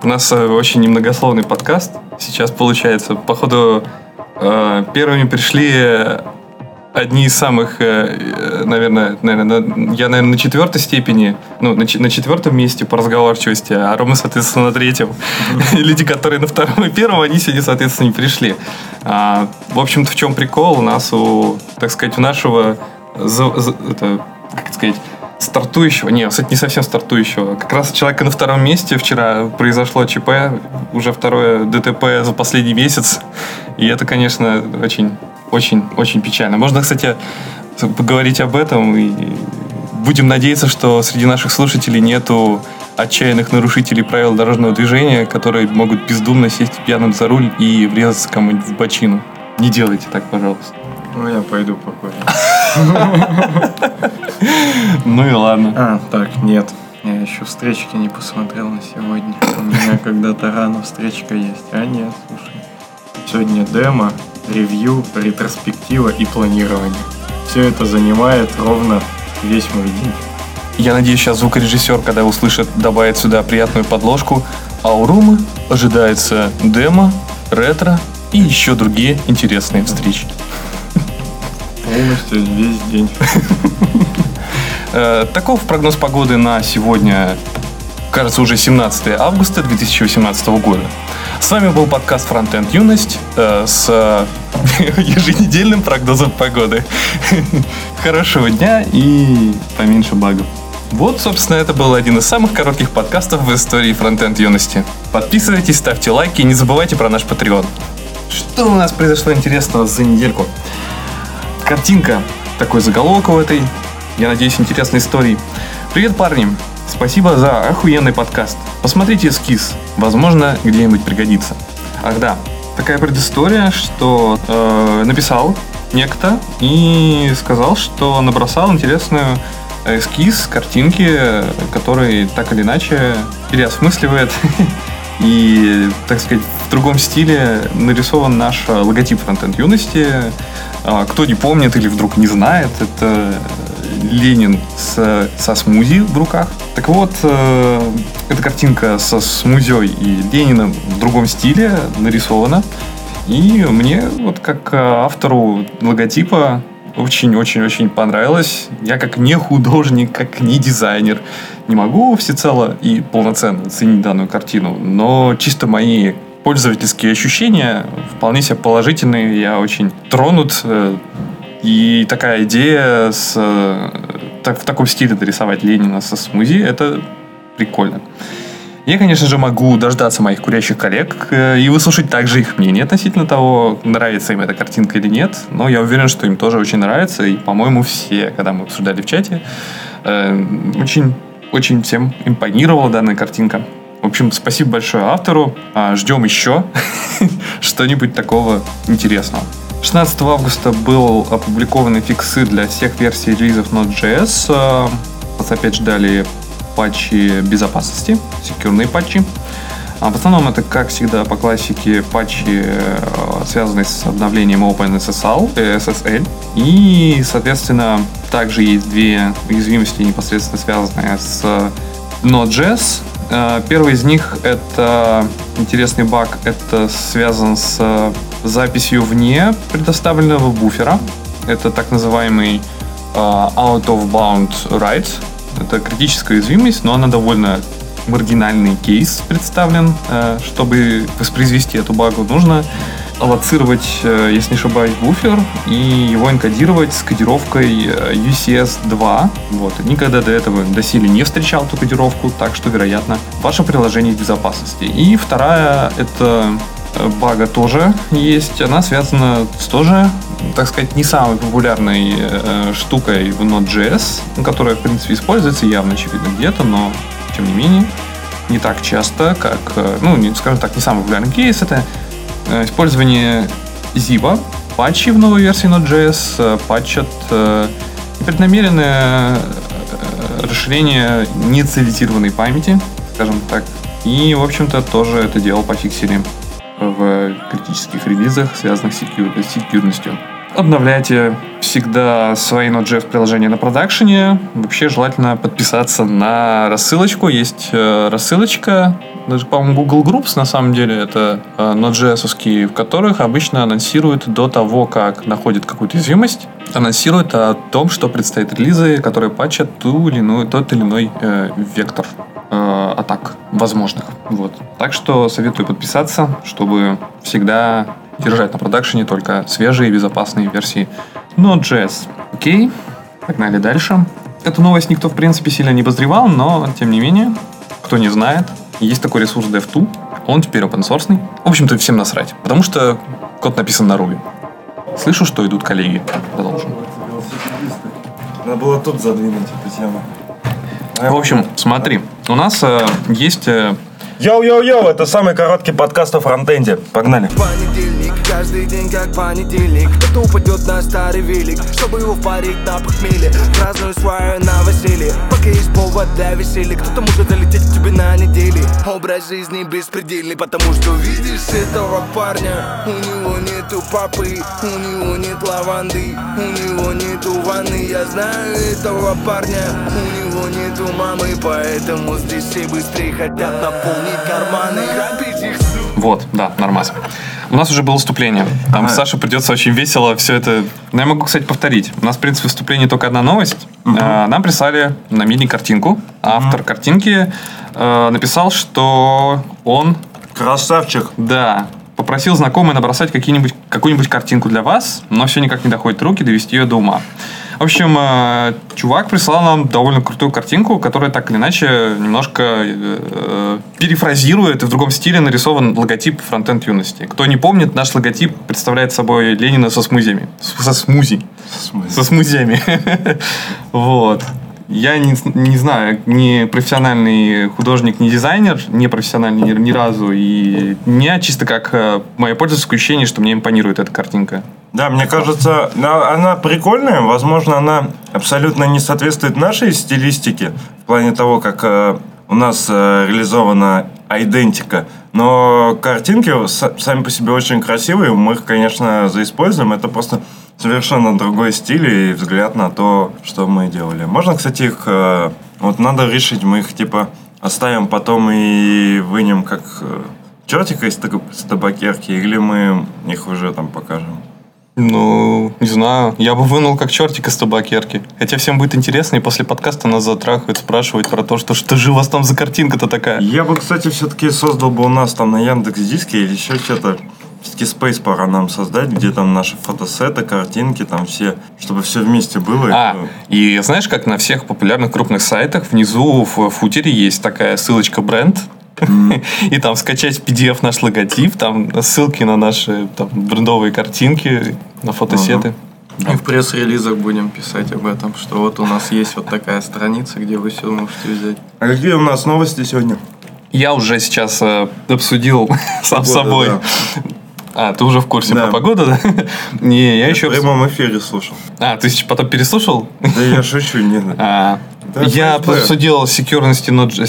У нас очень немногословный подкаст. Сейчас получается, походу, первыми пришли одни из самых, наверное, я, на четвертой степени, на четвертом месте по разговорчивости, а Рома, соответственно, на третьем. Люди, которые на втором и первом, они сегодня, соответственно, не пришли. В общем-то, в чем прикол? У нас, так сказать, у нашего, стартующего, не совсем стартующего, как раз человека на втором месте вчера произошло ЧП, уже второе ДТП за последний месяц, и это, конечно, очень печально. Можно, кстати, поговорить об этом, и будем надеяться, что среди наших слушателей нету отчаянных нарушителей правил дорожного движения, которые могут бездумно сесть пьяным за руль и врезаться кому-нибудь в бочину. Не делайте так, пожалуйста. Я пойду покурю. Ну и ладно. Нет. Я еще встречки не посмотрел на сегодня. У меня когда-то рано встречка есть. Нет, слушай. Сегодня демо, ревью, ретроспектива и планирование. Все это занимает ровно весь мой день. Я надеюсь, сейчас звукорежиссер, когда услышит, добавит сюда приятную подложку. А у Ромы ожидается демо, ретро и еще другие интересные встречи. Полностью весь день. Таков прогноз погоды на сегодня, кажется, уже 17 августа 2018 года. С вами был подкаст «Фронтенд Юность» с еженедельным прогнозом погоды. Хорошего дня и поменьше багов. Вот, собственно, это был один из самых коротких подкастов в истории «Фронтенд Юности». Подписывайтесь, ставьте лайки и не забывайте про наш Patreon. Что у нас произошло интересного за недельку? Картинка. Такой заголовок у этой, я надеюсь, интересной истории. Привет, парни. Спасибо за охуенный подкаст. Посмотрите эскиз. Возможно, где-нибудь пригодится. Ах да, такая предыстория, что написал некто и сказал, что набросал интересную эскиз картинки, который так или иначе переосмысливает и, так сказать, в другом стиле нарисован наш логотип Фронтенд Юности. Кто не помнит или вдруг не знает, это Ленин со смузи в руках. Так вот, эта картинка со смузей и Лениным в другом стиле нарисована. И мне, вот как автору логотипа, очень-очень-очень понравилось. Я как не художник, как не дизайнер не могу всецело и полноценно оценить данную картину, но чисто мои пользовательские ощущения вполне себе положительные. Я очень тронут. И такая идея в таком стиле дорисовать Ленина со смузи, это прикольно. Я, конечно же, могу дождаться моих курящих коллег и выслушать также их мнение относительно того, нравится им эта картинка или нет. Но я уверен, что им тоже очень нравится. И, по-моему, все, когда мы обсуждали в чате, очень всем импонировала данная картинка. В общем, спасибо большое автору. Ждем еще что-нибудь такого интересного. 16 августа был опубликованы фиксы для всех версий релизов Node.js. Нас опять ждали патчи безопасности, секьюрные патчи. В основном это, как всегда, по классике, патчи, связанные с обновлением OpenSSL. И, соответственно, также есть две уязвимости, непосредственно связанные с Node.js. Первый из них — это интересный баг. Это связан с записью вне предоставленного буфера. Это так называемый out of bound write. Это критическая уязвимость, но она довольно маргинальный кейс представлен. Чтобы воспроизвести эту багу, нужно аллоцировать, если не ошибаюсь, буфер и его энкодировать с кодировкой UCS2. Вот. Никогда до этого доселе не встречал эту кодировку, так что, вероятно, ваше приложение в безопасности. И вторая — это бага тоже есть. Она связана с тоже, так сказать, не самой популярной штукой в Node.js, которая, в принципе, используется явно, очевидно, где-то, но, тем не менее, не так часто, как, скажем так, не самый популярный кейс. Это использование zip, патчи в новой версии Node.js патчат непреднамеренное расширение нецелитированной памяти, скажем так. И, в общем-то, тоже это дело пофиксили в критических релизах, связанных с секьюрностью. Обновляйте всегда свои Node.js приложения на продакшене. Вообще желательно подписаться на рассылочку. Есть рассылочка, даже, по-моему, Google Groups, на самом деле, это Node.js-овские, в которых обычно анонсируют до того, как находят какую-то уязвимость, анонсируют о том, что предстоит релизы, которые патчат тот или иной вектор атак возможных. Вот. Так что советую подписаться, чтобы всегда держать на продакшене только свежие и безопасные версии Node.js. Окей, погнали дальше. Эту новость никто, в принципе, сильно не обозревал, но, тем не менее, кто не знает, есть такой ресурс Dev2, он теперь open-sourceный. В общем-то, всем насрать, потому что код написан на Ruby. Слышу, что идут коллеги. Продолжим. Надо было тут задвинуть эту тему. В общем, смотри, у нас есть... Йоу-йоу-йоу, это самый короткий подкаст о фронтенде. Погнали. Понедельник, каждый день как понедельник. Кто-то упадет на старый велик, чтобы его впарить на похмелье. Праздную свою новоселье, пока есть повод для веселья. Кто-то может залететь к тебе на неделе. Образ жизни беспредельный, потому что видишь этого парня. У него нету папы, у него нет лаванды, у него нету ванны. Я знаю этого парня, у него нету мамы, поэтому здесь все быстрее хотят наполнить карманы. Вот, да, нормас. У нас уже было вступление. Там Саше придется очень весело все это... Но я могу, кстати, повторить. У нас, в принципе, в вступлении только одна новость. Нам прислали на мини-картинку. Автор картинки написал, что он... Красавчик. Да. Попросил знакомый набросать какую-нибудь картинку для вас, но все никак не доходит руки довести ее до ума. В общем, чувак прислал нам довольно крутую картинку, которая так или иначе немножко перефразирует, и в другом стиле нарисован логотип Frontend Юности. Кто не помнит, наш логотип представляет собой Ленина со смузями. Со смузями. Вот. Я не знаю, не профессиональный художник, не дизайнер, не профессиональный ни разу. И мне чисто как мое пользовательское ощущение, что мне импонирует эта картинка. Да, мне кажется, она прикольная. Возможно, она абсолютно не соответствует нашей стилистике в плане того, как у нас реализована идентика. Но картинки сами по себе очень красивые. Мы их, конечно, заиспользуем. Это просто совершенно другой стиль и взгляд на то, что мы делали. Можно, кстати, их... Вот надо решить, мы их типа оставим потом и вынем как чертика из табакерки, или мы их уже там покажем? Ну, не знаю. Я бы вынул как чертик из табакерки. Хотя всем будет интересно, и после подкаста нас затрахают спрашивать про то, что же у вас там за картинка-то такая. Я бы, кстати, все-таки создал бы у нас там на Яндекс.Диске или еще что-то. Все-таки Space пора нам создать, где там наши фотосеты, картинки, там все, чтобы все вместе было. И знаешь, как на всех популярных крупных сайтах внизу в футере есть такая ссылочка бренд. И там скачать PDF наш логотип, там ссылки на наши там брендовые картинки, на фотосеты. И в пресс-релизах будем писать об этом, что вот у нас есть вот такая страница, где вы все можете взять. А какие у нас новости сегодня? Я уже сейчас обсудил сам собой. Да. Ты уже в курсе про погоду, да? Не, я еще... в прямом эфире слушал. Ты потом переслушал? Да я шучу, нет. Я обсудил секьюрные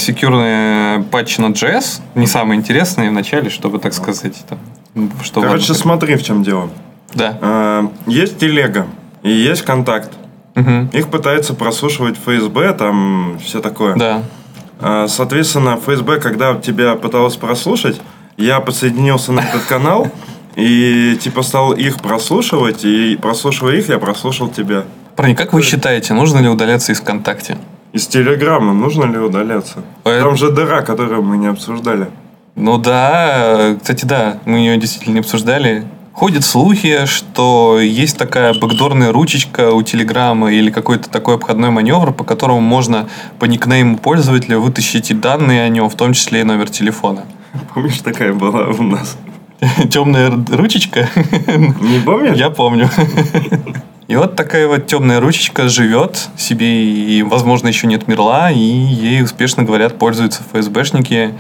патчи Node.js, не самые интересные в начале, чтобы, так сказать. Короче, смотри, в чем дело. Да. Есть телега и есть контакт. Их пытается прослушивать ФСБ, там все такое. Да. Соответственно, ФСБ, когда тебя пыталась прослушать, я подсоединился на этот канал и типа стал их прослушивать, и прослушивая их, я прослушал тебя. Парни, как вы считаете, нужно ли удаляться из ВКонтакте? Из Телеграма нужно ли удаляться? Там же дыра, которую мы не обсуждали. Ну да, кстати, да, мы ее действительно не обсуждали. Ходят слухи, что есть такая бэкдорная ручечка у Телеграма или какой-то такой обходной маневр, по которому можно по никнейму пользователя вытащить и данные о нем, в том числе и номер телефона. Помнишь, такая была у нас? Темная ручечка? Не помнишь? Я помню. И вот такая вот темная ручечка живет себе и, возможно, еще не отмерла, и ей успешно, говорят, пользуются ФСБшники,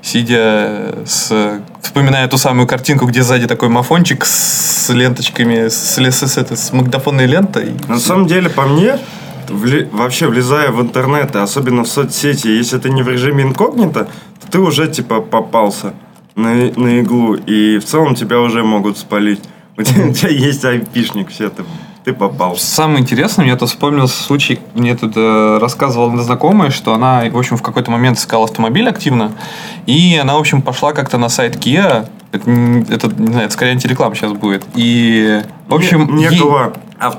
вспоминая ту самую картинку, где сзади такой мафончик с ленточками, с магнитофонной лентой. На самом деле, по мне, вообще влезая в интернет, особенно в соцсети, если ты не в режиме инкогнито, то ты уже типа попался на иглу, и в целом тебя уже могут спалить. У тебя есть айпишник, все, ты попал. Самое интересное, мне тут вспомнился случай, мне тут рассказывала одна знакомая, что она, в общем, в какой-то момент искала автомобиль активно, и она, в общем, пошла как-то на сайт Kia, это не знаю, это скорее антиреклама сейчас будет, и, в общем... Некого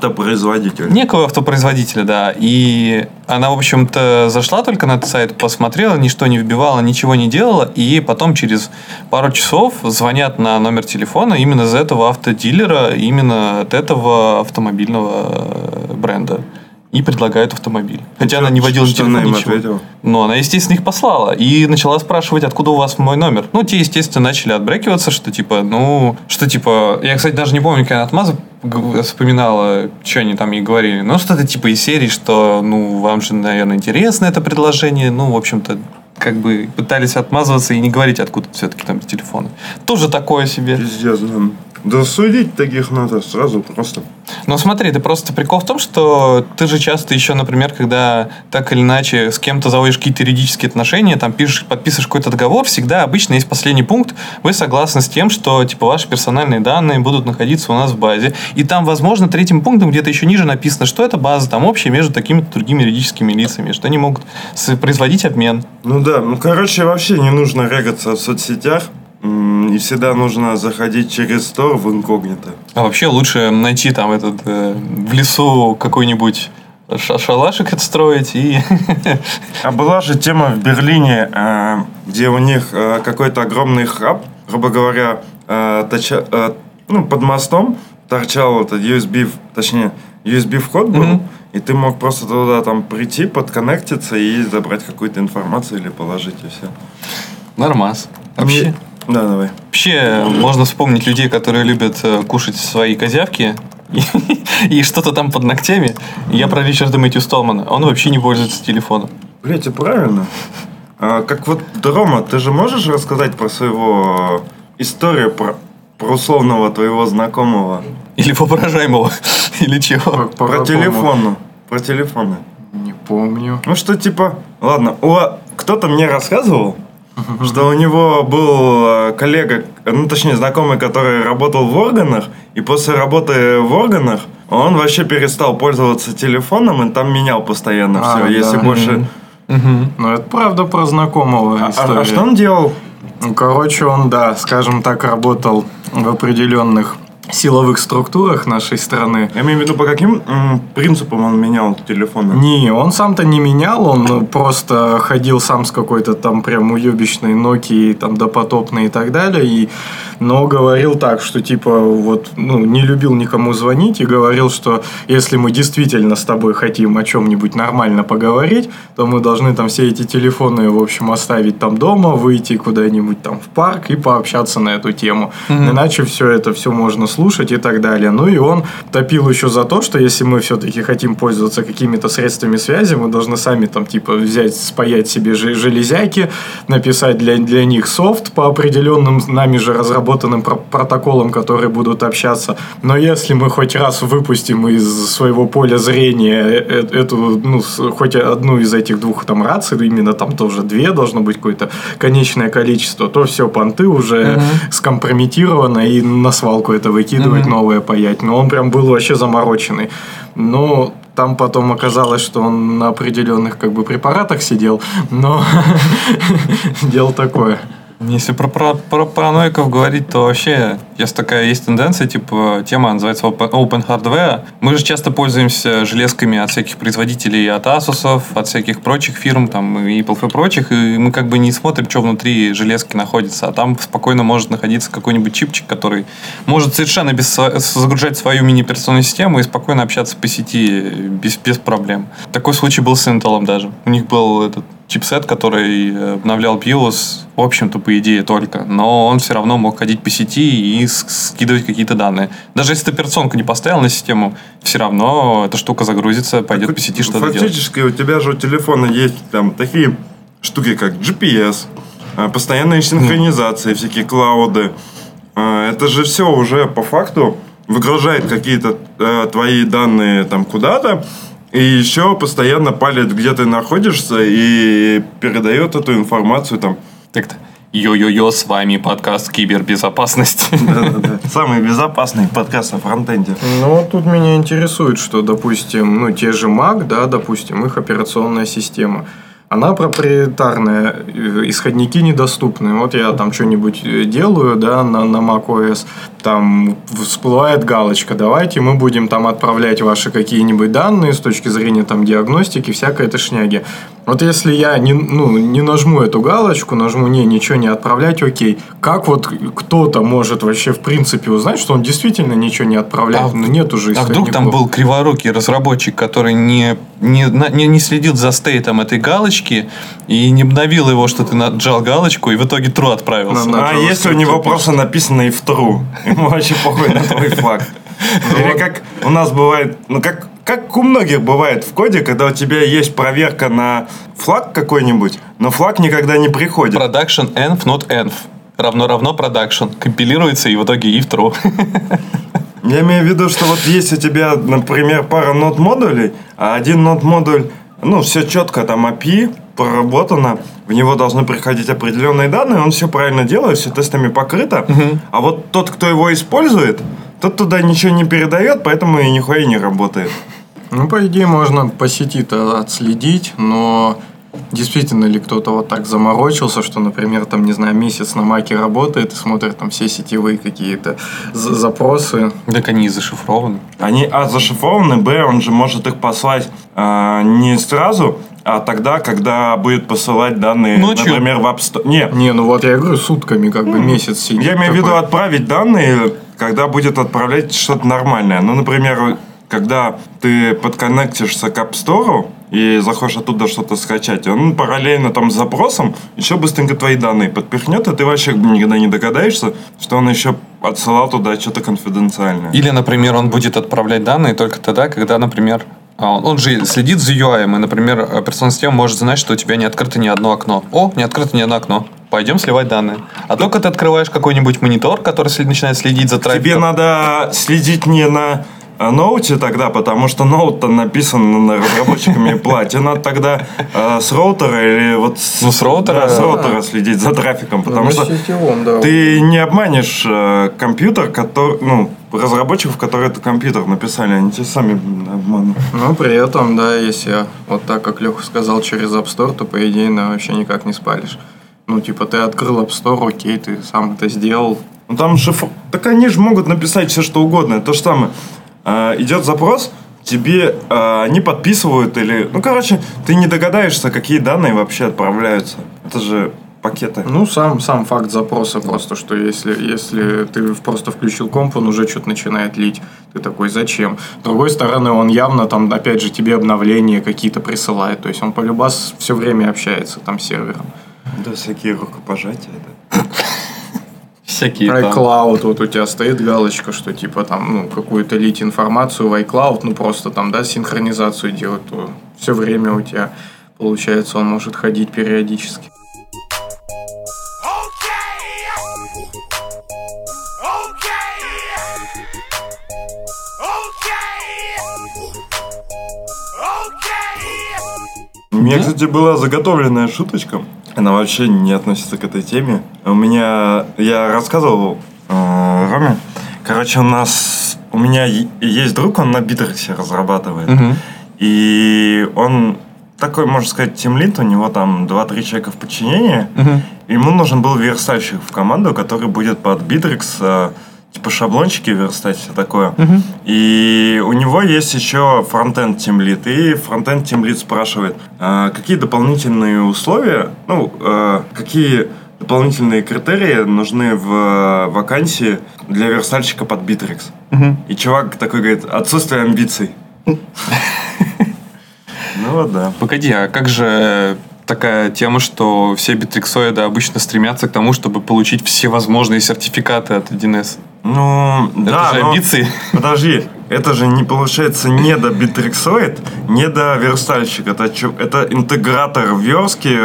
автопроизводителя, да. И она, в общем-то, зашла только на этот сайт, посмотрела, ничто не вбивала, ничего не делала, и потом через пару часов звонят на номер телефона именно из этого автодилера, именно от этого автомобильного бренда. И предлагают автомобиль. Хотя она не водила на телефон ничего. Но она, естественно, их послала. И начала спрашивать, откуда у вас мой номер. Ну, те, естественно, начали отбрекиваться, что типа... Я, кстати, даже не помню, когда Атмаза вспоминала, что они там ей говорили. Ну, что-то типа из серии, что, вам же, наверное, интересно это предложение. В общем-то, как бы пытались отмазываться и не говорить, откуда все-таки там телефоны. Тоже такое себе. Пиздец, да. Да судить таких надо сразу просто. Ну смотри, просто прикол в том, что ты же часто еще, например, когда так или иначе с кем-то заводишь какие-то юридические отношения, там подписываешь какой-то договор, всегда обычно есть последний пункт, вы согласны с тем, что типа ваши персональные данные будут находиться у нас в базе. И там, возможно, третьим пунктом где-то еще ниже написано, что эта база там общая между такими-то другими юридическими лицами, что они могут производить обмен. Ну да, вообще не нужно регаться в соцсетях. И всегда нужно заходить через Store в инкогнито. А вообще лучше найти там в лесу какой-нибудь шалашик отстроить и... А была же тема в Берлине, где у них какой-то огромный хаб, грубо говоря, под мостом торчал этот USB вход был, и ты мог просто туда там прийти, подконнектиться и забрать какую-то информацию или положить, и все. Нормас. Вообще... Да, давай. Вообще, можно вспомнить людей, которые любят кушать свои козявки и что-то там под ногтями. Я про Ричарда Мэтью Столмана. Он вообще не пользуется телефоном. Блять, это правильно. Как вот, Рома, ты же можешь рассказать про своего историю, про условного твоего знакомого? Или воображаемого? Или чего? Про телефоны. Не помню. Ладно, кто-то мне рассказывал, что у него был коллега, знакомый, который работал в органах, и после работы в органах он вообще перестал пользоваться телефоном и там менял постоянно все, если больше... Ну, это правда про знакомого история. А что он делал? Он, скажем так, работал в определенных силовых структурах нашей страны. Я имею в виду, по каким принципам он менял телефоны? Не, он сам-то не менял, он просто ходил сам с какой-то там прям уебищной Nokia, там допотопной и так далее, но говорил так, что не любил никому звонить и говорил, что если мы действительно с тобой хотим о чем-нибудь нормально поговорить, то мы должны там все эти телефоны, в общем, оставить там дома, выйти куда-нибудь там в парк и пообщаться на эту тему. Иначе все можно слушать и так далее. Ну и он топил еще за то, что если мы все-таки хотим пользоваться какими-то средствами связи, мы должны сами там взять, спаять себе железяки, написать для них софт по определенным нами же разработанным протоколам, которые будут общаться. Но если мы хоть раз выпустим из своего поля зрения эту, хоть одну из этих двух там раций, именно там тоже две должно быть какое-то конечное количество, то все, понты уже скомпрометировано и на свалку это выкидывать, новое паять. Но он прям был вообще замороченный. Но там потом оказалось, что он на определенных препаратах сидел, но дело такое. Если про параноиков говорить, то вообще есть тенденция, тема называется Open Hardware. Мы же часто пользуемся железками от всяких производителей, от Asus, от всяких прочих фирм, там, и Apple и прочих, и мы не смотрим, что внутри железки находится, а там спокойно может находиться какой-нибудь чипчик, который может совершенно загружать свою мини-операционную систему и спокойно общаться по сети без проблем. Такой случай был с Intel даже. У них был этот чипсет, который обновлял BIOS, в общем-то, по идее только, но он все равно мог ходить по сети и скидывать какие-то данные. Даже если ты операционку не поставил на систему, все равно эта штука загрузится, пойдет по сети что-то делать. Фактически у тебя же у телефона есть там такие штуки, как GPS, постоянные синхронизации, всякие клауды. Это же все уже по факту выгружает какие-то твои данные там куда-то, и еще постоянно палит, где ты находишься, и передает эту информацию там. Так-то. Йо-йо-йо, с вами подкаст «Кибербезопасность». Да-да-да. Самый безопасный подкаст на фронтенде. Ну, тут меня интересует, что, допустим, те же Mac, да, допустим, их операционная система. Она проприетарная, исходники недоступны. Вот я там что-нибудь делаю, да, на macOS, там всплывает галочка, давайте мы будем там отправлять ваши какие-нибудь данные с точки зрения там диагностики, всякой этой шняги. Вот если я не нажму эту галочку, нажму ничего не отправлять, окей. Как вот кто-то может вообще в принципе узнать, что он действительно ничего не отправляет? Нет уже исходников. А вдруг там был криворукий разработчик, который не следил за стейтом этой галочки и не обновил его, что ты нажал галочку, и в итоге true отправился. А если у него просто написано и в true? Ему вообще похуй на твой флаг. Или как у нас бывает, как у многих бывает в коде, когда у тебя есть проверка на флаг какой-нибудь, но флаг никогда не приходит. Production env, not env. Равно production. Компилируется и в итоге if true. Я имею в виду, что вот есть у тебя, например, пара нод-модулей, а один нод-модуль, все четко, там API проработано, в него должны приходить определенные данные, он все правильно делает, все тестами покрыто, а вот тот, кто его использует, тот туда ничего не передает, поэтому и нихуя не работает. По идее, можно по сети-то отследить, но действительно ли кто-то вот так заморочился, что, например, там, не знаю, месяц на Маке работает и смотрит там все сетевые какие-то запросы. Так они и зашифрованы. Они, зашифрованы, он же может их послать не сразу, а тогда, когда будет посылать данные, ночью, например, в App Store. Вот я говорю, сутками, месяц сидит. Я имею в виду отправить данные, когда будет отправлять что-то нормальное. Например, когда ты подконнектишься к App Store и захочешь оттуда что-то скачать, он параллельно там с запросом еще быстренько твои данные подпихнет, и ты вообще никогда не догадаешься, что он еще отсылал туда что-то конфиденциальное. Или, например, он будет отправлять данные только тогда, когда, например, он же следит за UI, и, например, операционная система может знать, что у тебя не открыто ни одно окно. Не открыто ни одно окно. Пойдем сливать данные. А только ты открываешь какой-нибудь монитор, который начинает следить за трафиком. Тебе надо следить не на ноуте тогда, потому что ноут-то написан на разработчиками платина, тогда с роутера или вот с роутера, с роутера следить за трафиком, потому что сетевом, да, ты не обманешь компьютер, который, разработчиков, которые этот компьютер написали, они тебя сами обманут. При этом, да, если вот так, как Леха сказал, через App Store, то, по идее, вообще никак не спалишь. Ты открыл App Store, окей, ты сам это сделал. Там так они же могут написать все, что угодно. Это то же самое. Идет запрос, тебе они подписывают или... ты не догадаешься, какие данные вообще отправляются. Это же пакеты. Сам факт запроса просто, что если ты просто включил комп, он уже что-то начинает лить. Ты такой, зачем? С другой стороны, он явно там, опять же, тебе обновления какие-то присылает. То есть он полюбас все время общается там с сервером. Да, всякие рукопожатия, да. Всякие iCloud, вот у тебя стоит галочка, что типа там, какую-то лить информацию в iCloud, просто там, да, синхронизацию делать, то все время у тебя, получается, он может ходить периодически. У меня, кстати, была заготовленная шуточка. Она вообще не относится к этой теме. Я рассказывал Роме. У меня есть друг, он на Битрексе разрабатывает. И он такой, можно сказать, тимлид, у него там 2-3 человека в подчинении. Ему нужен был верстальщик в команду, который будет под Битрекс типа шаблончики верстать, все такое. И у него есть еще фронтенд тимлид. И фронтенд тимлид спрашивает, какие дополнительные условия, какие дополнительные критерии нужны в вакансии для верстальщика под Bittrex. И чувак такой говорит, отсутствие амбиций. Да. Погоди, а как же такая тема, что все битриксоиды обычно стремятся к тому, чтобы получить все возможные сертификаты от 1С? Это же амбиции. Подожди, это же не получается не до битриксоид, не до верстальщика. Это интегратор верстки.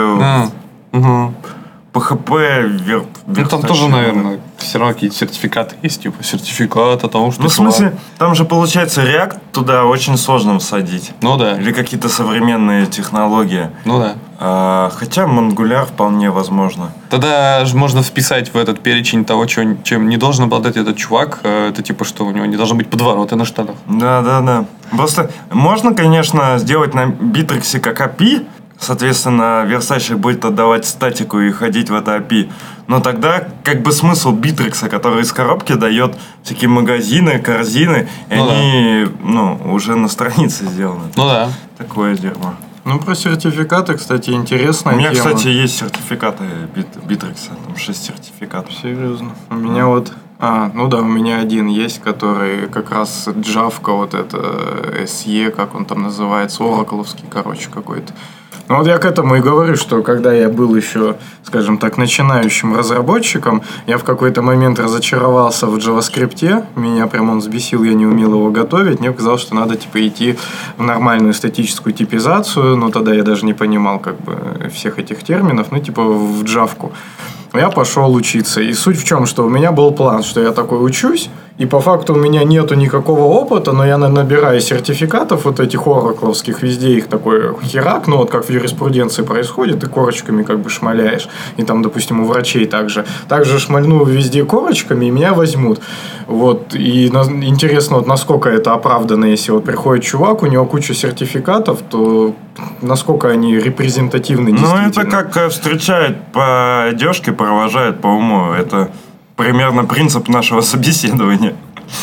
PHP там тоже, наверное, все равно какие-то сертификаты есть, типа сертификат о том, что... в смысле, там же получается React туда очень сложно всадить. Да. Или какие-то современные технологии. Да. Хотя Angular вполне возможно. Тогда же можно вписать в этот перечень того, чем не должен обладать этот чувак. Это типа, что у него не должно быть подворота на штанах. Да. Просто можно, конечно, сделать на Bittrex как API, соответственно, Versace будет отдавать статику и ходить в это API. Но тогда как бы смысл Bittrex, который из коробки дает всякие магазины, корзины, и они уже на странице сделаны. Ну да. Такое дерьмо. Ну, про сертификаты, кстати, интересная У меня, тема. кстати, есть сертификаты Bittrex, там 6 сертификатов. Серьезно? У меня вот... у меня один есть, который как раз Джавка, вот это SE, как он там называется, оракловский, какой-то. Ну вот я к этому и говорю, что когда я был еще, скажем так, начинающим разработчиком, я в какой-то момент разочаровался в JavaScript, меня прям он взбесил, я не умел его готовить, мне казалось, что надо идти в нормальную статическую типизацию, но тогда я даже не понимал всех этих терминов, в джавку. Я пошел учиться. И суть в чем, что у меня был план, что я такой учусь, и по факту у меня нету никакого опыта, но я набираю сертификатов вот этих оракловских, везде их такой херак, как в юриспруденции происходит, ты корочками шмаляешь. И там, допустим, у врачей также. Также шмальну везде корочками, и меня возьмут. Вот. И интересно, насколько это оправдано, если приходит чувак, у него куча сертификатов, то насколько они репрезентативны действительно. Это как встречают по одежке, провожают по уму. Это примерно принцип нашего собеседования.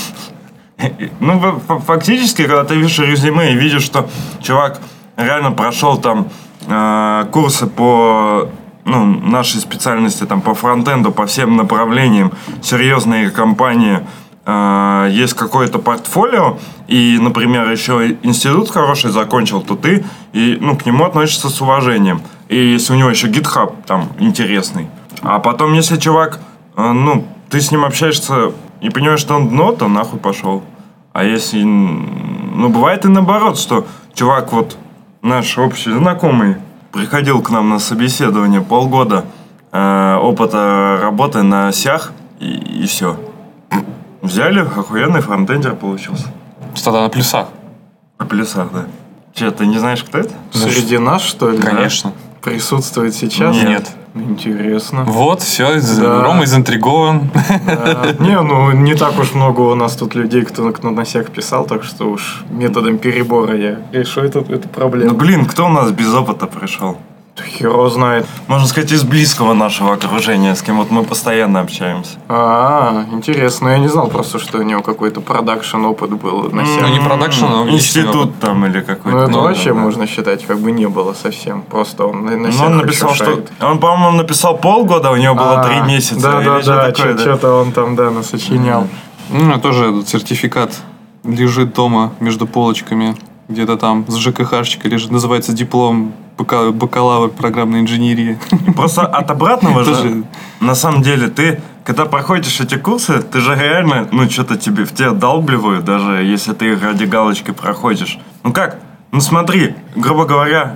Фактически, когда ты видишь резюме и видишь, что чувак реально прошел там курсы по нашей специальности, там, по фронтенду, по всем направлениям, серьезные компании, есть какое-то портфолио, и, например, еще институт хороший закончил, то ты к нему относишься с уважением. И если у него еще GitHub там интересный. А потом, если чувак, ты с ним общаешься и понимаешь, что он дно, то нахуй пошел. А если... бывает и наоборот, что чувак наш общий знакомый приходил к нам на собеседование, полгода опыта работы на сях, и все. Взяли, охуенный фронтендер получился. Тогда на плюсах. На плюсах, да. Че, ты не знаешь, кто это? Среди нас, что ли? Конечно. Присутствует сейчас? Нет. Интересно. Вот, все, Рома заинтригован. Не так уж много у нас тут людей, кто на сях писал, так что уж методом перебора я решу эту проблему. Кто у нас без опыта пришел? Херо знает. Можно сказать, из близкого нашего окружения, с кем мы постоянно общаемся. Интересно. Я не знал просто, что у него какой-то продакшн опыт был на сях. Не продакшн, а институт там или какой-то. Это вообще можно считать, не было совсем. Просто он на сях он написал, что... Он, по-моему, написал полгода, у него было 3 месяца. Да, что-то он там, насочинял. Тоже этот сертификат лежит дома между полочками. Где-то там с ЖКХ-щика лежит. Называется диплом бакалавр программной инженерии. Просто от обратного же, на самом деле, ты, когда проходишь эти курсы, ты же реально, что-то в тебя долбливают, даже если ты их ради галочки проходишь. Смотри, грубо говоря,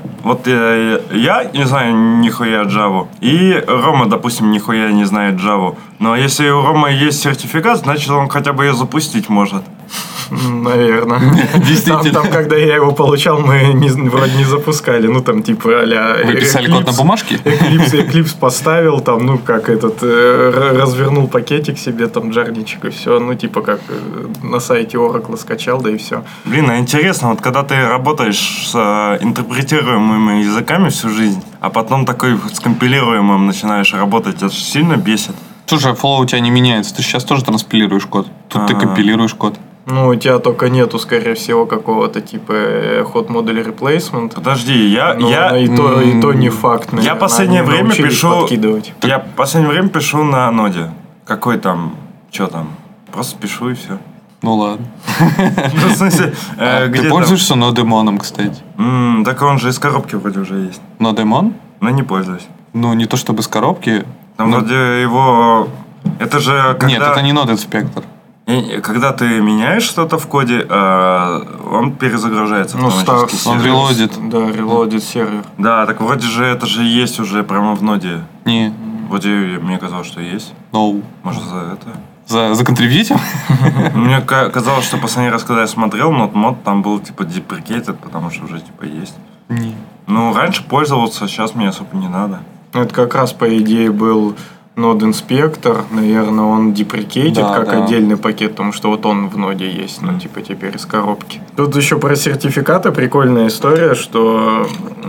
я не знаю нихуя Java, и Рома, допустим, нихуя не знает Java. Но если у Ромы есть сертификат, значит, он хотя бы ее запустить может. Наверное. Действительно. Там, когда я его получал, мы вроде не запускали. а-ля... Вы писали код на бумажке? Эклипс поставил, развернул пакетик себе, джарничек и все. Как на сайте Oracle скачал, да и все. Интересно, когда ты работаешь с интерпретируемыми языками всю жизнь, а потом такой с компилируемым начинаешь работать, это же сильно бесит. Слушай, флоу у тебя не меняется. Ты сейчас тоже транспилируешь код. Тут ты компилируешь код. У тебя только нету, скорее всего, какого-то hot model replacement. Подожди, и то не факт. Я последнее время пишу на ноде. Какой там, что там? Просто пишу и все. Ну ладно. В смысле, ты пользуешься нодемоном, кстати? Так он же из коробки вроде уже есть. Нодемон? Но не пользуюсь. Не то чтобы с коробки. Там вроде его... Это же когда... Нет, это не Node Inspector. Когда ты меняешь что-то в коде, он перезагружается автоматически. Он релодит. Да, релодит сервер. Да, так вроде же это же есть уже прямо в ноде. Не. Вроде мне казалось, что есть. No. Может, за это? За контрибьютер? Мне казалось, что последний раз, когда я смотрел NodeMod, там был deprecated, потому что уже есть. Не. Ну, раньше пользовался, сейчас мне особо не надо. Это как раз, по идее, был Node Inspector, наверное, он деприкейтит как отдельный пакет, потому что вот он в ноде есть, ну, типа теперь из коробки. Тут еще про сертификаты прикольная история, что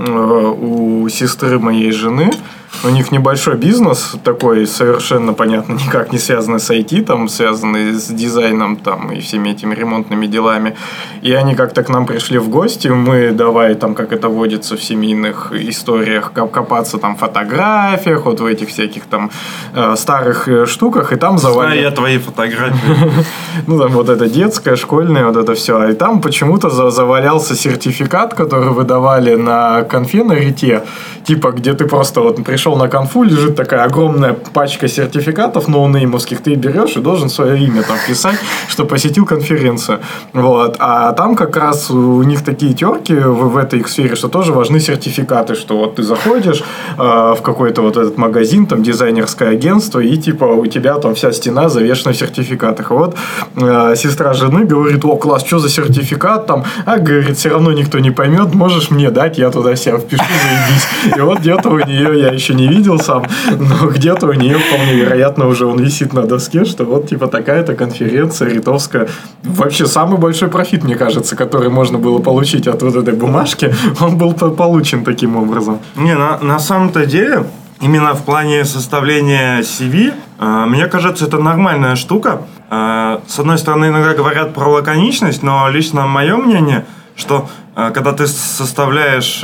у сестры моей жены, у них небольшой бизнес такой, совершенно понятно, никак не связанный с IT, там, связанный с дизайном там, и всеми этими ремонтными делами. И они как-то к нам пришли в гости, мы давай, там, как это водится в семейных историях, копаться там в фотографиях, вот в этих всяких там старых штуках, и там завалили... Знаю я твои фотографии. Ну, там вот это детское, школьное, вот это все. И там почему-то завалялся сертификат, который выдавали на конфе на Рите, типа, где ты просто вот пришел на конфу, лежит такая огромная пачка сертификатов ноунеймовских, ты берешь и должен свое имя там писать, что посетил конференцию. Вот. А там как раз у них такие терки в этой их сфере, что тоже важны сертификаты, что вот ты заходишь в какой-то вот этот магазин, там дизайнерское агентство, и типа у тебя там вся стена завешена в сертификатах. И вот сестра жены говорит: о, класс, что за сертификат там? А, говорит, все равно никто не поймет, можешь мне дать, я туда себя впишу, заебись. И вот где-то у нее, я еще не видел сам, но где-то у нее вполне вероятно уже он висит на доске, что вот типа такая-то конференция ритовская. Вообще самый большой профит, мне кажется, который можно было получить от вот этой бумажки, он был получен таким образом. Не, на самом-то деле, именно в плане составления CV, мне кажется, это нормальная штука. С одной стороны, иногда говорят про лаконичность, но лично мое мнение, что когда ты составляешь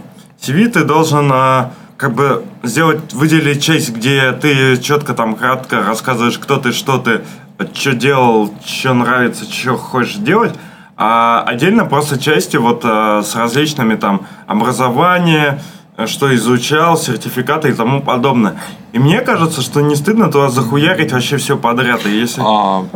CV, ты должен как бы выделить часть, где ты четко там кратко рассказываешь, кто ты, что делал, что нравится, что хочешь делать, а отдельно просто части вот с различными там образование, что изучал, сертификаты и тому подобное. И мне кажется, что не стыдно туда захуярить вообще все подряд. И если...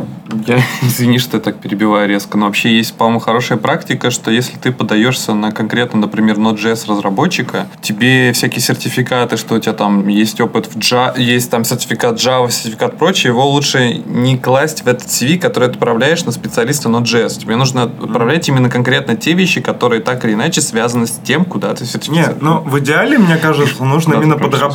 Я, извини, что я так перебиваю резко, но вообще есть, по-моему, хорошая практика, что если ты подаешься на конкретно, например, Node.js разработчика, тебе всякие сертификаты, что у тебя там есть опыт в Java, есть там сертификат Java, сертификат прочее, его лучше не класть в этот CV, который ты отправляешь на специалиста Node.js. Тебе нужно отправлять именно конкретно те вещи, которые так или иначе связаны с тем, куда ты сертифицирован. Нет, ну в идеале, мне кажется, нужно именно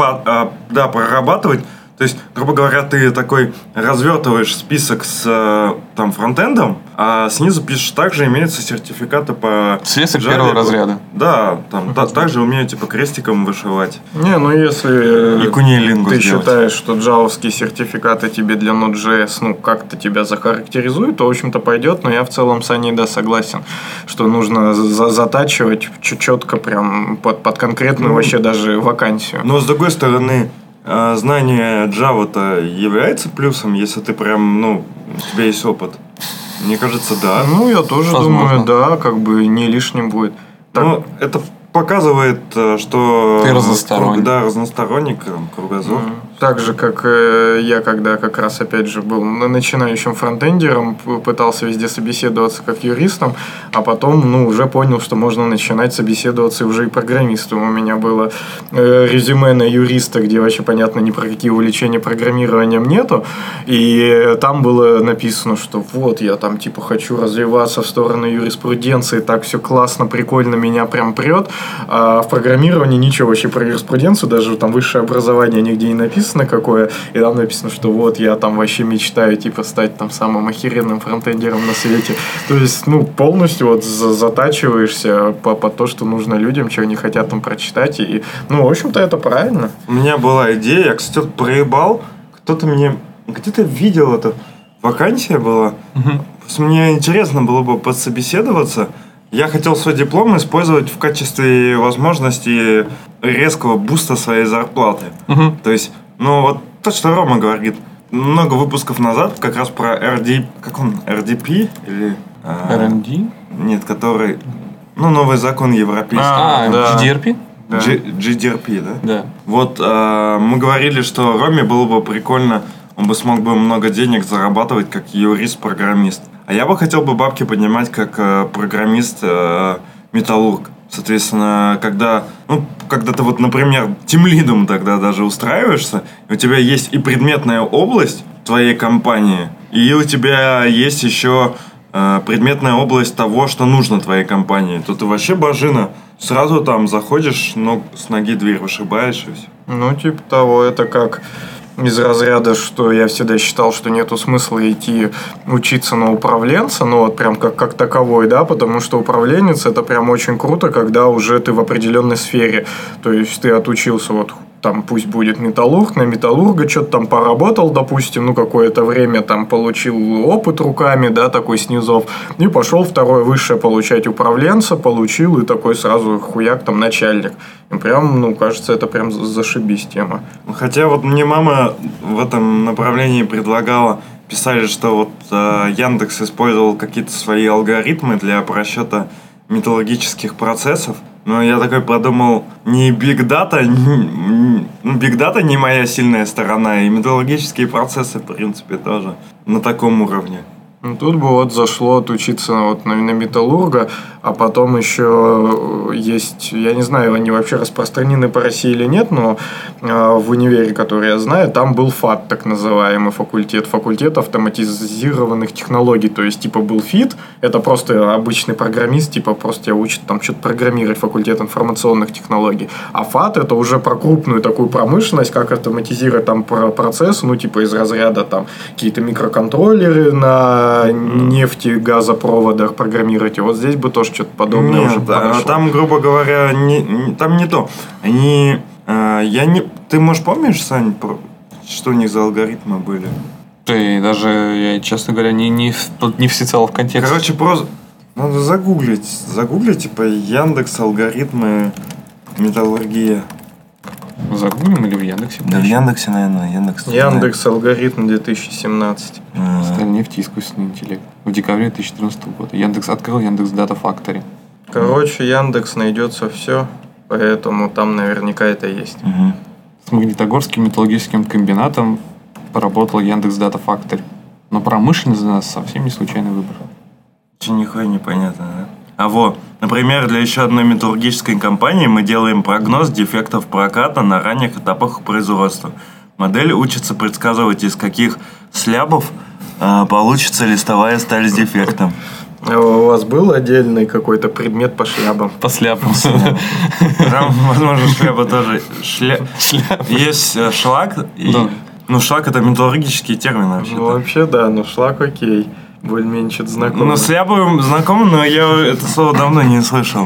прорабатывать. То есть, грубо говоря, ты такой развертываешь список с там фронтендом, а снизу пишешь: также имеются сертификаты по Слесарь первого разряда. Да, там также умею типа крестиком вышивать. Не, ну если и кунилингу ты сделать. считаешь, что джавовские сертификаты тебе для Node.js, ну, как-то тебя захарактеризуют, то, в общем-то, пойдет, но я в целом с Аней, да, согласен, что нужно затачивать четко прям под конкретную вообще даже вакансию. Но, с другой стороны, знание Java-то является плюсом, если ты прям, ну, у тебя есть опыт? Мне кажется, да. Ну, я тоже Возможно. думаю, да, как бы не лишним будет. Так, Ну, это показывает, что... Ты разносторонний. Да, разносторонний кругозор. так же, как я, когда как раз, опять же, был начинающим фронтендером, пытался везде собеседоваться как юристом, а потом, ну, уже понял, что можно начинать собеседоваться уже и программистом. У меня было резюме на юриста, где вообще, понятно, ни про какие увлечения программированием нету, и там было написано, что вот, я там, типа, хочу развиваться в сторону юриспруденции, так все классно, прикольно, меня прям прет, а в программировании ничего вообще про юриспруденцию, даже там высшее образование нигде не написано какое, и там написано, что вот я там вообще мечтаю типа стать там самым охеренным фронтендером на свете. То есть, ну, полностью вот затачиваешься по то, что нужно людям, чего они хотят там прочитать, и, ну, в общем-то, это правильно. У меня была идея, я, кстати, проебал, кто-то мне... Где-то видел это, вакансия была. Мне интересно было бы подсобеседоваться. Я хотел свой диплом использовать в качестве возможности резкого буста своей зарплаты. То есть, ну вот то, что Рома говорит, много выпусков назад как раз про RD... Как он? RDP? Или... R&D? Нет, который... Ну, новый закон европейский. да. GDRP? Да. GDRP, да? Да. Вот мы говорили, что Роме было бы прикольно, он бы смог бы много денег зарабатывать как юрист-программист. А я бы хотел бы бабки поднимать как программист-металлург. Соответственно, когда ты вот, например, тимлидом тогда даже устраиваешься, и у тебя есть и предметная область твоей компании, и у тебя есть еще предметная область того, что нужно твоей компании, то ты вообще божина. Сразу там заходишь, с ноги дверь вышибаешь и все. Ну, типа того, это как из разряда, что я всегда считал, что нету смысла идти учиться на управленца, ну вот прям как таковой, да, потому что управленец это прям очень круто, когда уже ты в определенной сфере, то есть ты отучился вот там пусть будет металлург, на металлурга что-то там поработал, допустим, ну какое-то время там получил опыт руками, да, такой снизов, и пошел второе высшее получать управленца, получил и такой сразу хуяк там начальник. И прям, ну кажется, это прям зашибись тема. Хотя вот мне мама в этом направлении предлагала, писали, что вот Яндекс использовал какие-то свои алгоритмы для просчета металлургических процессов. Но я такой подумал, не Big Data, Big Data не моя сильная сторона, и металлургические процессы, в принципе, тоже на таком уровне. Ну, тут бы вот зашло отучиться вот на металлурга, а потом еще есть, я не знаю, они вообще распространены по России или нет, но в универе, который я знаю, там был ФАТ, так называемый факультет автоматизированных технологий, то есть типа был ФИТ, это просто обычный программист, типа просто тебя учат там что-то программировать, факультет информационных технологий, а ФАТ это уже про крупную такую промышленность, как автоматизировать там процесс, ну типа из разряда там какие-то микроконтроллеры на нефти, газопроводах программировать. И вот здесь бы тоже что-то подобное. Нет, уже там, грубо говоря, там не то. Ты, может, помнишь, Сань, что у них за алгоритмы были? Я, честно говоря, не всецело в контексте. Короче, просто надо загуглить. Загуглить, типа, Яндекс, алгоритмы, металлургия. Загуглим или в Яндексе? Да, в Яндексе, наверное. Яндекс алгоритм 2017. Нефть и искусственный интеллект. В декабре 2014 года. Яндекс открыл Яндекс Data Factory. Короче, Яндекс найдется все, поэтому там наверняка это есть. Угу. С Магнитогорским металлургическим комбинатом поработал Яндекс Data Factory. Но промышленность для нас совсем не случайный выбор. Нихуя непонятно, да? Например, для еще одной металлургической компании мы делаем прогноз дефектов проката на ранних этапах производства. Модель учится предсказывать, из каких слябов получится листовая сталь с дефектом. А у вас был отдельный какой-то предмет по шлябам? По сляпам. Там, возможно, шляпа тоже. Есть шлак. Ну, шлак это металлургический термин вообще. Ну, вообще, да, но шлак окей. Более-менее что-то знакомо. Ну, сляпу знакомо, но я это слово давно не слышал.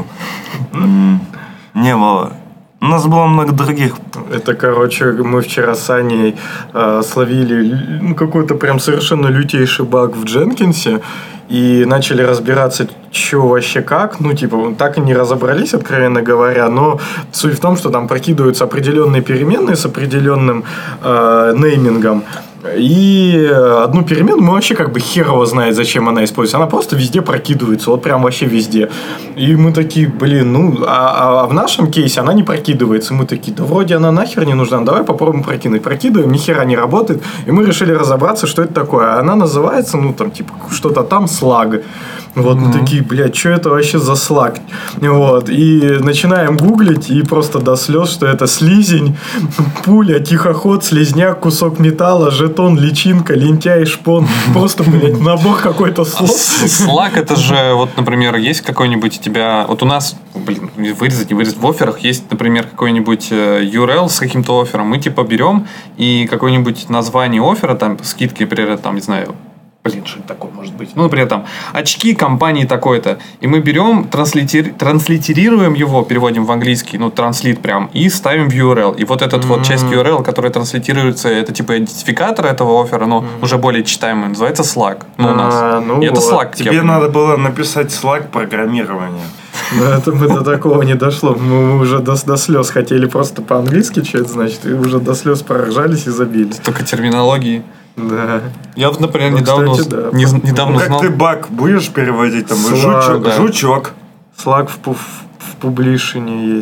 Не было. У нас было много других. Это, короче, мы вчера с Аней словили какой-то прям совершенно лютейший баг в Дженкинсе и начали разбираться, что вообще как. Ну, типа, так и не разобрались, откровенно говоря, но суть в том, что там прокидываются определенные переменные с определенным неймингом. И одну переменную мы вообще как бы хер его знает, зачем она используется. Она просто везде прокидывается, вот прям вообще везде. И мы такие, а в нашем кейсе она не прокидывается. И мы такие, да вроде она нахер не нужна, давай попробуем прокинуть. Прокидываем, ни хера не работает. И мы решили разобраться, что это такое. Она называется, что-то там слаг. Вот, мы такие, что это вообще за слаг? Вот, и начинаем гуглить, и просто до слез, что это слизень, пуля, тихоход, слизняк, кусок металла, жетон, личинка, лентяй, шпон. Просто, набор какой-то слов. Слаг это же, вот, например, есть какой-нибудь у тебя... Вот у нас, вырезать, не вырезать, в офферах есть, например, какой-нибудь URL с каким-то оффером. Мы, типа, берем и какое-нибудь название оффера, там, скидки, например, там, не знаю... что это такое может быть? Ну, например, там, очки компании такой-то. И мы берем, транслитерируем его, переводим в английский, транслит прям, и ставим в URL. И вот эта вот часть URL, которая транслитерируется, это типа идентификатор этого оффера, но уже более читаемый, называется Slack. У нас. И это Slack. Тебе надо было написать Slack программирование. Это мы до такого не дошло. Мы уже до слез хотели просто по-английски, что это значит, и уже до слез проржались и забили. Только терминологии. Да. Я вот, например, недавно как узнал... ты баг будешь переводить? Там Slack, жучок. Slack в публишине есть.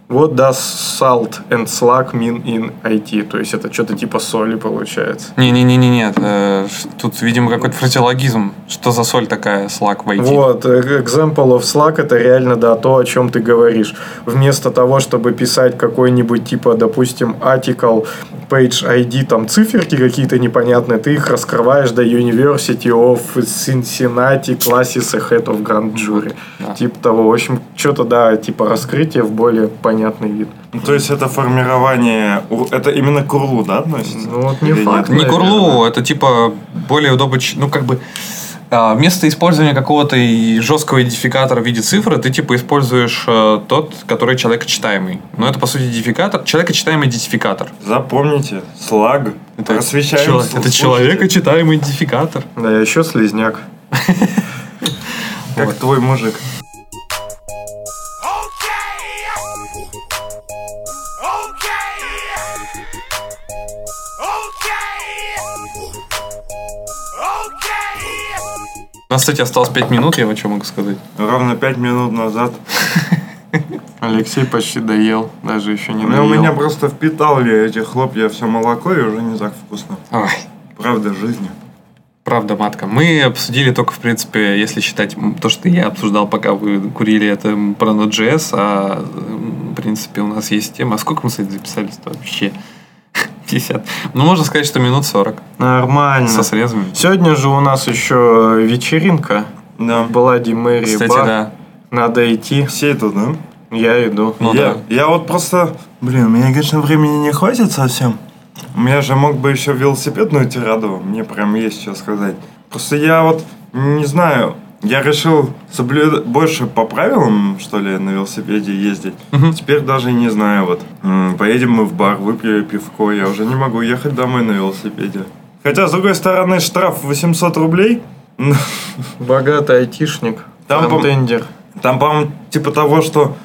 What does salt and slag mean in IT? То есть это что-то типа соли получается. Нет. Тут, видимо, какой-то фразеологизм. Что за соль такая, слаг в IT? Вот, example of Slack это реально, да, то, о чем ты говоришь. Вместо того, чтобы писать какой-нибудь, типа, допустим, article, page ID, там циферки какие-то непонятные, ты их раскрываешь до University of Cincinnati classes ahead of grand jury. Да. Типа того. В общем, что-то, да, типа раскрытие в более понятный вид. Ну, то есть это формирование... Это именно к URL, да, относится? Ну, вот не Или факт. Не к наверное. URL, это типа более удобно, ну как бы вместо использования какого-то жесткого идентификатора в виде цифры, ты типа используешь тот, который человекочитаемый. Но это по сути идентификатор, человекочитаемый идентификатор. Запомните, слаг. Это, Просвещаем это слушателей. человекочитаемый идентификатор. Да, еще слизняк. Как твой мужик. У нас, кстати, осталось 5 минут, я вот что могу сказать. Ровно 5 минут назад. Алексей почти доел, даже еще не Ну, доел. у меня просто впитал я эти хлопья все молоко и уже не так вкусно. Ой, Правда жизни. правда, матка. Мы обсудили только, в принципе, если считать то, что я обсуждал, пока вы курили, это про Node.js, а в принципе у нас есть тема. А сколько мы, кстати, записались-то вообще? 50. Ну, можно сказать, что минут 40 Нормально. со срезами. Сегодня же у нас еще вечеринка. Да. Была Димерия Кстати, бар. да. Надо идти. Все идут, да? Я иду. Ну я вот просто... Блин, у меня, конечно, времени не хватит совсем. У меня же мог бы еще велосипедную тираду. Мне прям есть что сказать. Просто я вот не знаю... Я решил соблюдать больше по правилам, что ли, на велосипеде ездить. Теперь даже не знаю, вот. Поедем мы в бар, выпьем пивко. Я уже не могу ехать домой на велосипеде. Хотя, с другой стороны, штраф 800 рублей. Богатый айтишник. Там, Фронтендер. Там, по-моему, типа того, что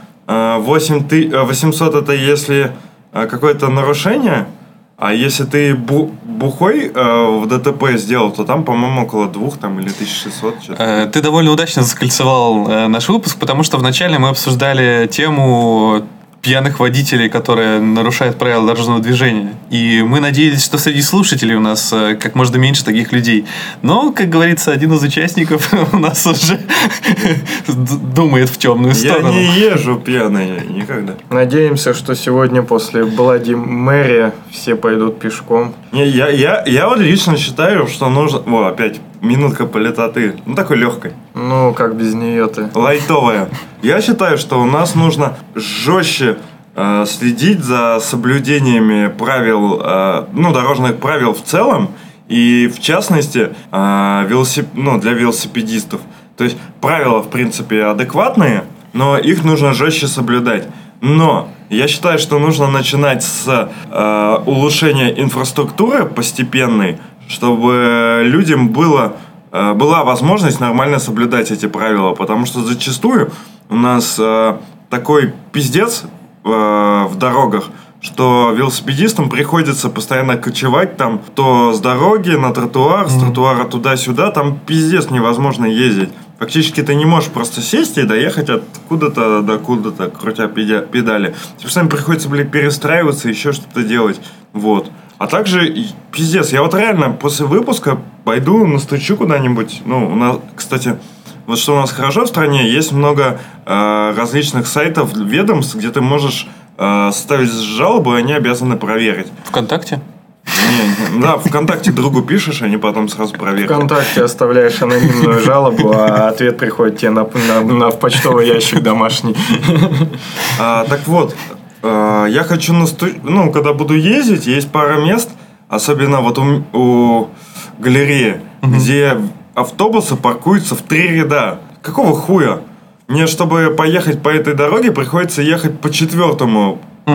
800 это если какое-то нарушение, а если ты бухой в ДТП сделал, то там, по-моему, около 2 там, или 1600. Что-то. Ты довольно удачно закольцевал наш выпуск, потому что вначале мы обсуждали тему пьяных водителей, которые нарушают правила дорожного движения. И мы надеялись, что среди слушателей у нас как можно меньше таких людей. Но, как говорится, один из участников у нас уже думает в темную Я сторону. не езжу пьяный никогда. Надеемся, что сегодня после Блади Мэри все пойдут пешком. Не, я вот лично считаю, что нужно... О, опять минутка политоты. Ну, такой легкой. Ну, как без нее ты. Лайтовая. Я считаю, что у нас нужно жестче следить за соблюдениями правил, дорожных правил в целом, и в частности для велосипедистов. То есть правила, в принципе, адекватные, но их нужно жестче соблюдать. Но я считаю, что нужно начинать с улучшения инфраструктуры постепенной, чтобы людям была возможность нормально соблюдать эти правила. Потому что зачастую у нас такой пиздец в дорогах, что велосипедистам приходится постоянно кочевать там то с дороги на тротуар, с тротуара туда-сюда, там пиздец невозможно ездить. Фактически ты не можешь просто сесть и доехать откуда-то до куда-то, крутя педали. Тебе постоянно приходится, перестраиваться, еще что-то делать. Вот. А также, пиздец, я вот реально после выпуска пойду настучу куда-нибудь. Ну, у нас, кстати, вот что у нас хорошо в стране, есть много различных сайтов, ведомств, где ты можешь ставить жалобу, и они обязаны проверить. ВКонтакте? Да, ВКонтакте другу пишешь, они потом сразу проверят. ВКонтакте оставляешь анонимную жалобу, а ответ приходит тебе в почтовый ящик домашний. Так вот, я хочу, когда буду ездить, есть пара мест, особенно вот у галереи, где автобусы паркуются в 3 ряда. Какого хуя? Мне, чтобы поехать по этой дороге, приходится ехать по 4-му.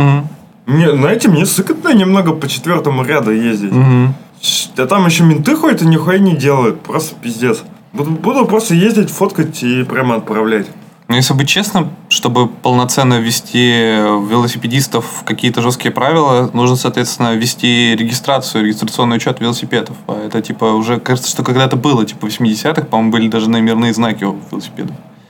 Мне сыкотно немного по 4-му ряду ездить. А там еще менты ходят и нихуя не делают. Просто пиздец. Буду просто ездить, фоткать и прямо отправлять. Ну, если быть честным, чтобы полноценно ввести велосипедистов в какие-то жесткие правила, нужно, соответственно, ввести регистрационный учет велосипедов. А это, уже, кажется, что когда-то было, в 80-х, по-моему, были даже номерные знаки у велосипедов.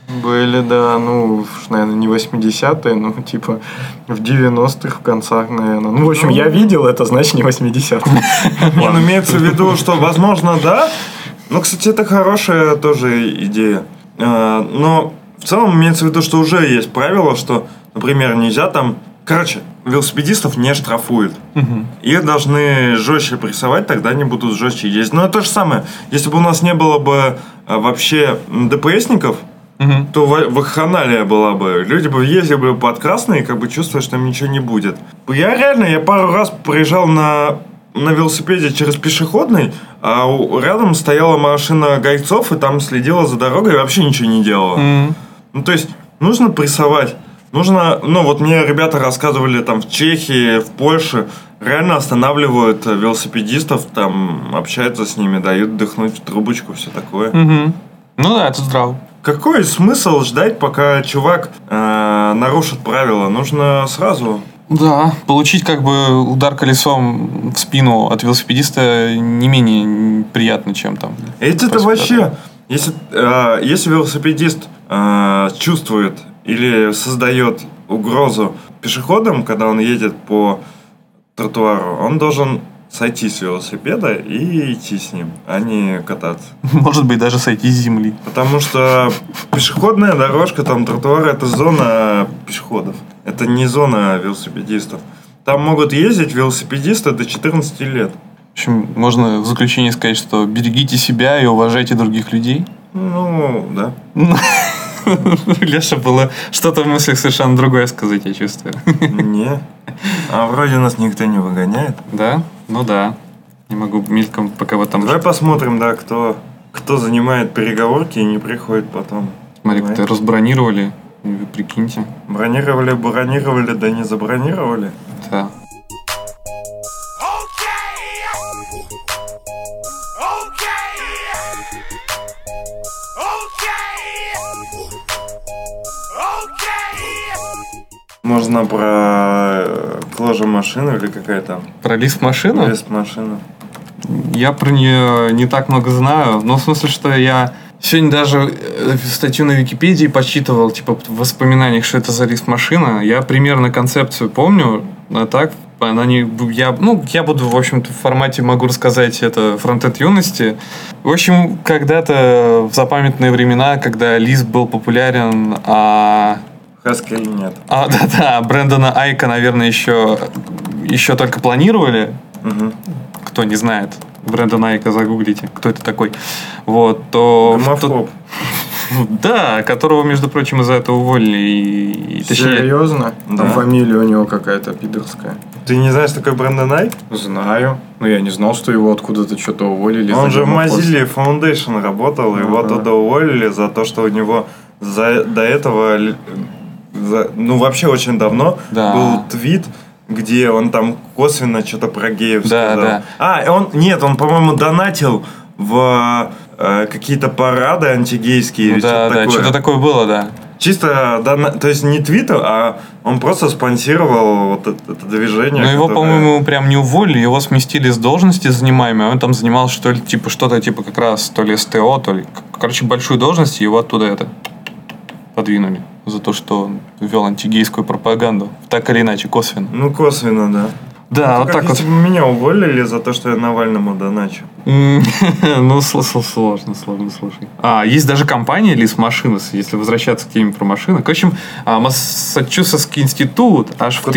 Были, да, ну, наверное, не 80-е, ну, типа, в 90-х, в концах, наверное. Ну, в общем, я видел, это значит не 80-е. Он имеется в виду, что, возможно, да. Ну, кстати, это хорошая тоже идея. Но в целом имеется в виду, что уже есть правило, что, например, нельзя там... Короче, велосипедистов не штрафуют. Их должны жестче прессовать, тогда они будут жестче ездить. Но это то же самое. Если бы у нас не было бы вообще ДПСников, то вакханалия была бы. Люди бы ездили бы под красные, как бы чувствуя, что им ничего не будет. Я пару раз проезжал на велосипеде через пешеходный, а рядом стояла машина гайцов, и там следила за дорогой и вообще ничего не делала. Ну, то есть, нужно прессовать. Нужно, ну, вот мне ребята рассказывали, там, в Чехии, в Польше, реально останавливают велосипедистов, там, общаются с ними, дают дыхнуть в трубочку, все такое. Ну да, это здраво. Какой смысл ждать, пока чувак нарушит правила? Нужно сразу... Да, получить как бы удар колесом в спину от велосипедиста не менее приятно, чем там. Это вообще... Если велосипедист чувствует или создает угрозу пешеходам, когда он едет по тротуару, он должен сойти с велосипеда и идти с ним, а не кататься. Может быть, даже сойти с земли. Потому что пешеходная дорожка, там тротуар, это зона пешеходов. Это не зона велосипедистов. Там могут ездить велосипедисты до 14 лет. В общем, можно в заключение сказать, что берегите себя и уважайте других людей. Ну, да. Леша, было что-то в мыслях совершенно другое сказать, я чувствую. Не. А вроде нас никто не выгоняет. Да? Ну да. Не могу мельком, пока вот там... Давай посмотрим, да, кто занимает переговорки и не приходит потом. Смотри, как-то разбронировали. Вы прикиньте. Бронировали, да не забронировали. Да. Можно про кложу машину или какая там? Про лифт-машину? Лифт-машину. Я про нее не так много знаю. Но в смысле, что я сегодня даже статью на Википедии почитывал, типа в воспоминаниях, что это за лифт-машина. Я примерно концепцию помню, а так она не... я буду, в общем-то, в формате могу рассказать это фронтенд юности. В общем, когда-то в запамятные времена, когда Lisp был популярен, Haskell нет. Да, Брэндона Айка, наверное, еще только планировали. Кто не знает, Брэндона Айка загуглите, кто это такой. Вот, то... Гомофоб. Да, которого, между прочим, из-за этого уволили. Серьезно? Да. Фамилия у него какая-то пидорская. Ты не знаешь, такой Брэндон Айк? Знаю. Но я не знал, что его откуда-то что-то уволили. Он же в Mozilla Foundation работал, его туда уволили за то, что у него до этого... вообще очень давно был твит, где он там косвенно что-то про геев сказал. Да. Он, по-моему, донатил в какие-то парады антигейские или что-то такое. Что-то такое было, да. Чисто, то есть не твитер, а он просто спонсировал вот это движение. Но его, по-моему, прям не уволили, его сместили с должности занимаемой, он там занимался что-то как раз то ли СТО, то ли... Короче, большую должность, и его оттуда подвинули. За то, что он вел антигейскую пропаганду. Так или иначе, косвенно. Ну, косвенно, да. Да, вот так вот. Если бы меня уволили за то, что я Навальному доначу. Ну, сложно, слушай. Есть даже компания Lisp Machines, если возвращаться к теме про машины. В общем, Массачусетский институт аж в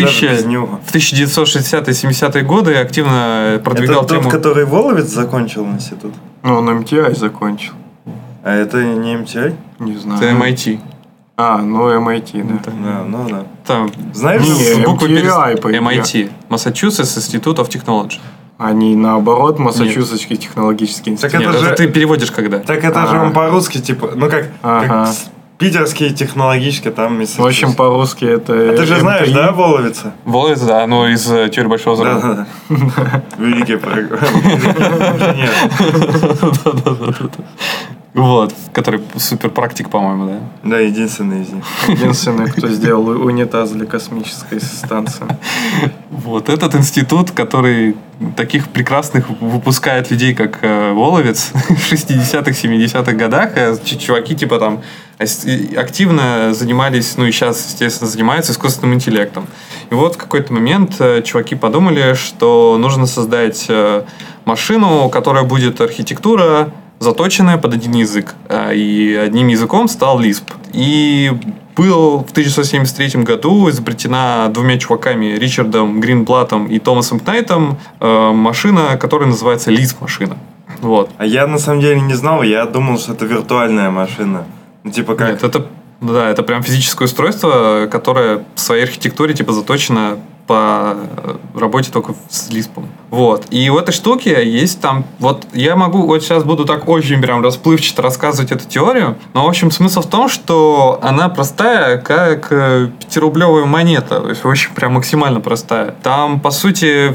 1960-70-е годы активно продвигал тему... Это тот, который Воловец закончил институт? Он MTI закончил. А это не MTI? Не знаю. Это MIT. MIT, да. Да. Там, знаешь, буквы MIT. Massachusetts Institute of Technology. А не наоборот, Массачусетский технологический институт. Так это ты переводишь когда? Так это же он по-русски, типа, как питерский технологический, там... В общем, по-русски это... А ты же знаешь, да, Воловица? Воловец, да, из «Теории большого взрыва». Да. Великий проект. Вот, который супер практик, по-моему, да? Да, единственный из них. Единственный, кто сделал унитаз для космической станции. Вот этот институт, который таких прекрасных выпускает людей, как Воловец в 60-х, 70-х годах. Чуваки типа там активно занимались, ну и сейчас, естественно, занимаются искусственным интеллектом. И вот в какой-то момент чуваки подумали, что нужно создать машину, которая будет архитектура, заточенная под один язык. И одним языком стал Lisp. И был в 1973 году изобретена двумя чуваками, Ричардом Гринблатом и Томасом Кнайтом, машина, которая называется Lisp-машина. Вот. А я на самом деле не знал, я думал, что это виртуальная машина. Ну, типа как... Нет, это прям физическое устройство, которое в своей архитектуре типа заточено по работе только с Lisp. Вот. И в этой штуке есть там... Вот я могу... Вот сейчас буду так очень прям расплывчато рассказывать эту теорию. Но, в общем, смысл в том, что она простая, как 5-рублевая монета. То есть, очень прям максимально простая. Там, по сути,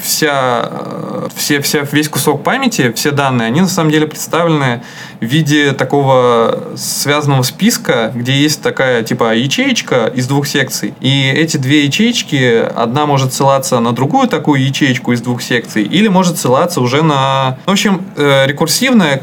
весь кусок памяти, все данные, они на самом деле представлены в виде такого связанного списка, где есть такая типа ячеечка из двух секций. И эти две ячеечки, одна может ссылаться на другую такую ячеечку из двух секций, или может ссылаться уже на... В общем, рекурсивная,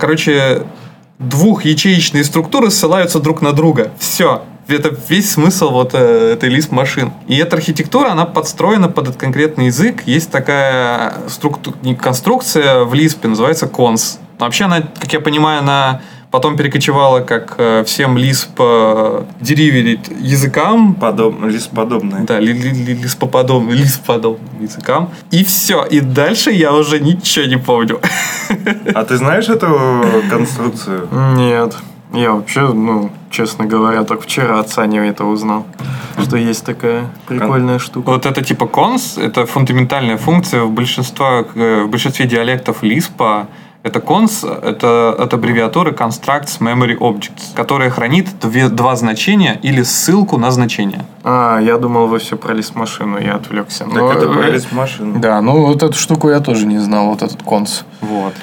двухячеечные структуры ссылаются друг на друга. Все. Это весь смысл вот этой Lisp-машин. И эта архитектура, она подстроена под этот конкретный язык. Есть такая конструкция в Lisp, называется cons. Вообще она, как я понимаю, она потом перекочевала как всем Lisp деривит языкам. Lisp-подобные. Да, Lisp-подобным языкам. И все. И дальше я уже ничего не помню. А ты знаешь эту конструкцию? Нет. Я вообще, честно говоря, только вчера от Сани это узнал, что есть такая прикольная штука. Вот это типа cons, это фундаментальная функция в большинстве диалектов Lisp. Это cons, это от аббревиатуры Constructs Memory Objects, которая хранит два значения или ссылку на значение. Я думал, вы все про Lisp-машину, я отвлекся. Так это про Lisp-машину. Да, вот эту штуку я тоже не знал, вот этот cons. Вот.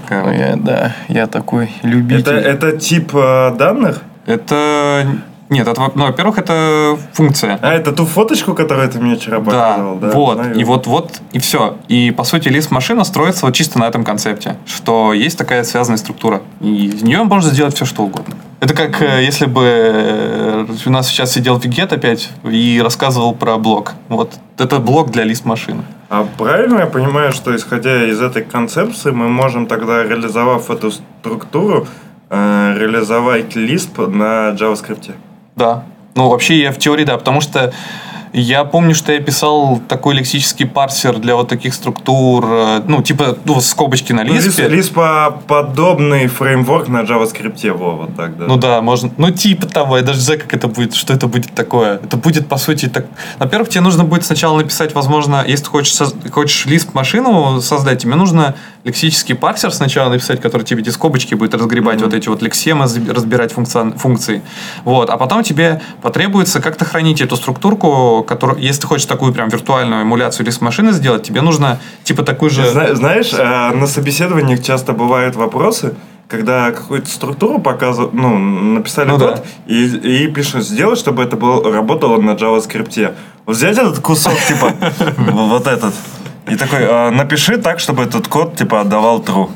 Я такой любитель. Это тип данных? Это... Нет, во-первых, это функция. Это ту фоточку, которую ты мне вчера показывал, да? Вот. Знаю. И вот, и все. И, по сути, Lisp-машина строится вот чисто на этом концепте, что есть такая связанная структура. И из нее можно сделать все, что угодно. Это как если бы у нас сейчас сидел Вигет опять и рассказывал про блок. Вот это блок для Lisp-машины. А правильно я понимаю, что, исходя из этой концепции, мы можем тогда, реализовав эту структуру, реализовать Lisp на JavaScript? Да. Вообще я в теории, да, потому что я помню, что я писал такой лексический парсер для вот таких структур, скобочки на Lisp. Lisp-подобный фреймворк на JavaScript, вот так, да? Да, можно. Типа того, я даже знаю, как это будет, что это будет такое. Это будет, по сути, так... Во-первых, тебе нужно будет сначала написать, возможно, если ты хочешь Lisp-машину создать, тебе нужно лексический парсер сначала написать, который тебе эти скобочки будет разгребать, вот эти вот лексемы, разбирать функции. Вот. А потом тебе потребуется как-то хранить эту структурку, которую, если ты хочешь такую прям виртуальную эмуляцию Lisp-машины сделать, тебе нужно типа такую же... Знаешь, на собеседованиях часто бывают вопросы, когда какую-то структуру показывают, написали код, и пишут, сделать, чтобы это работало на JavaScript. Вот взять этот кусок, типа, вот этот, и такой, напиши так, чтобы этот код, типа, отдавал true.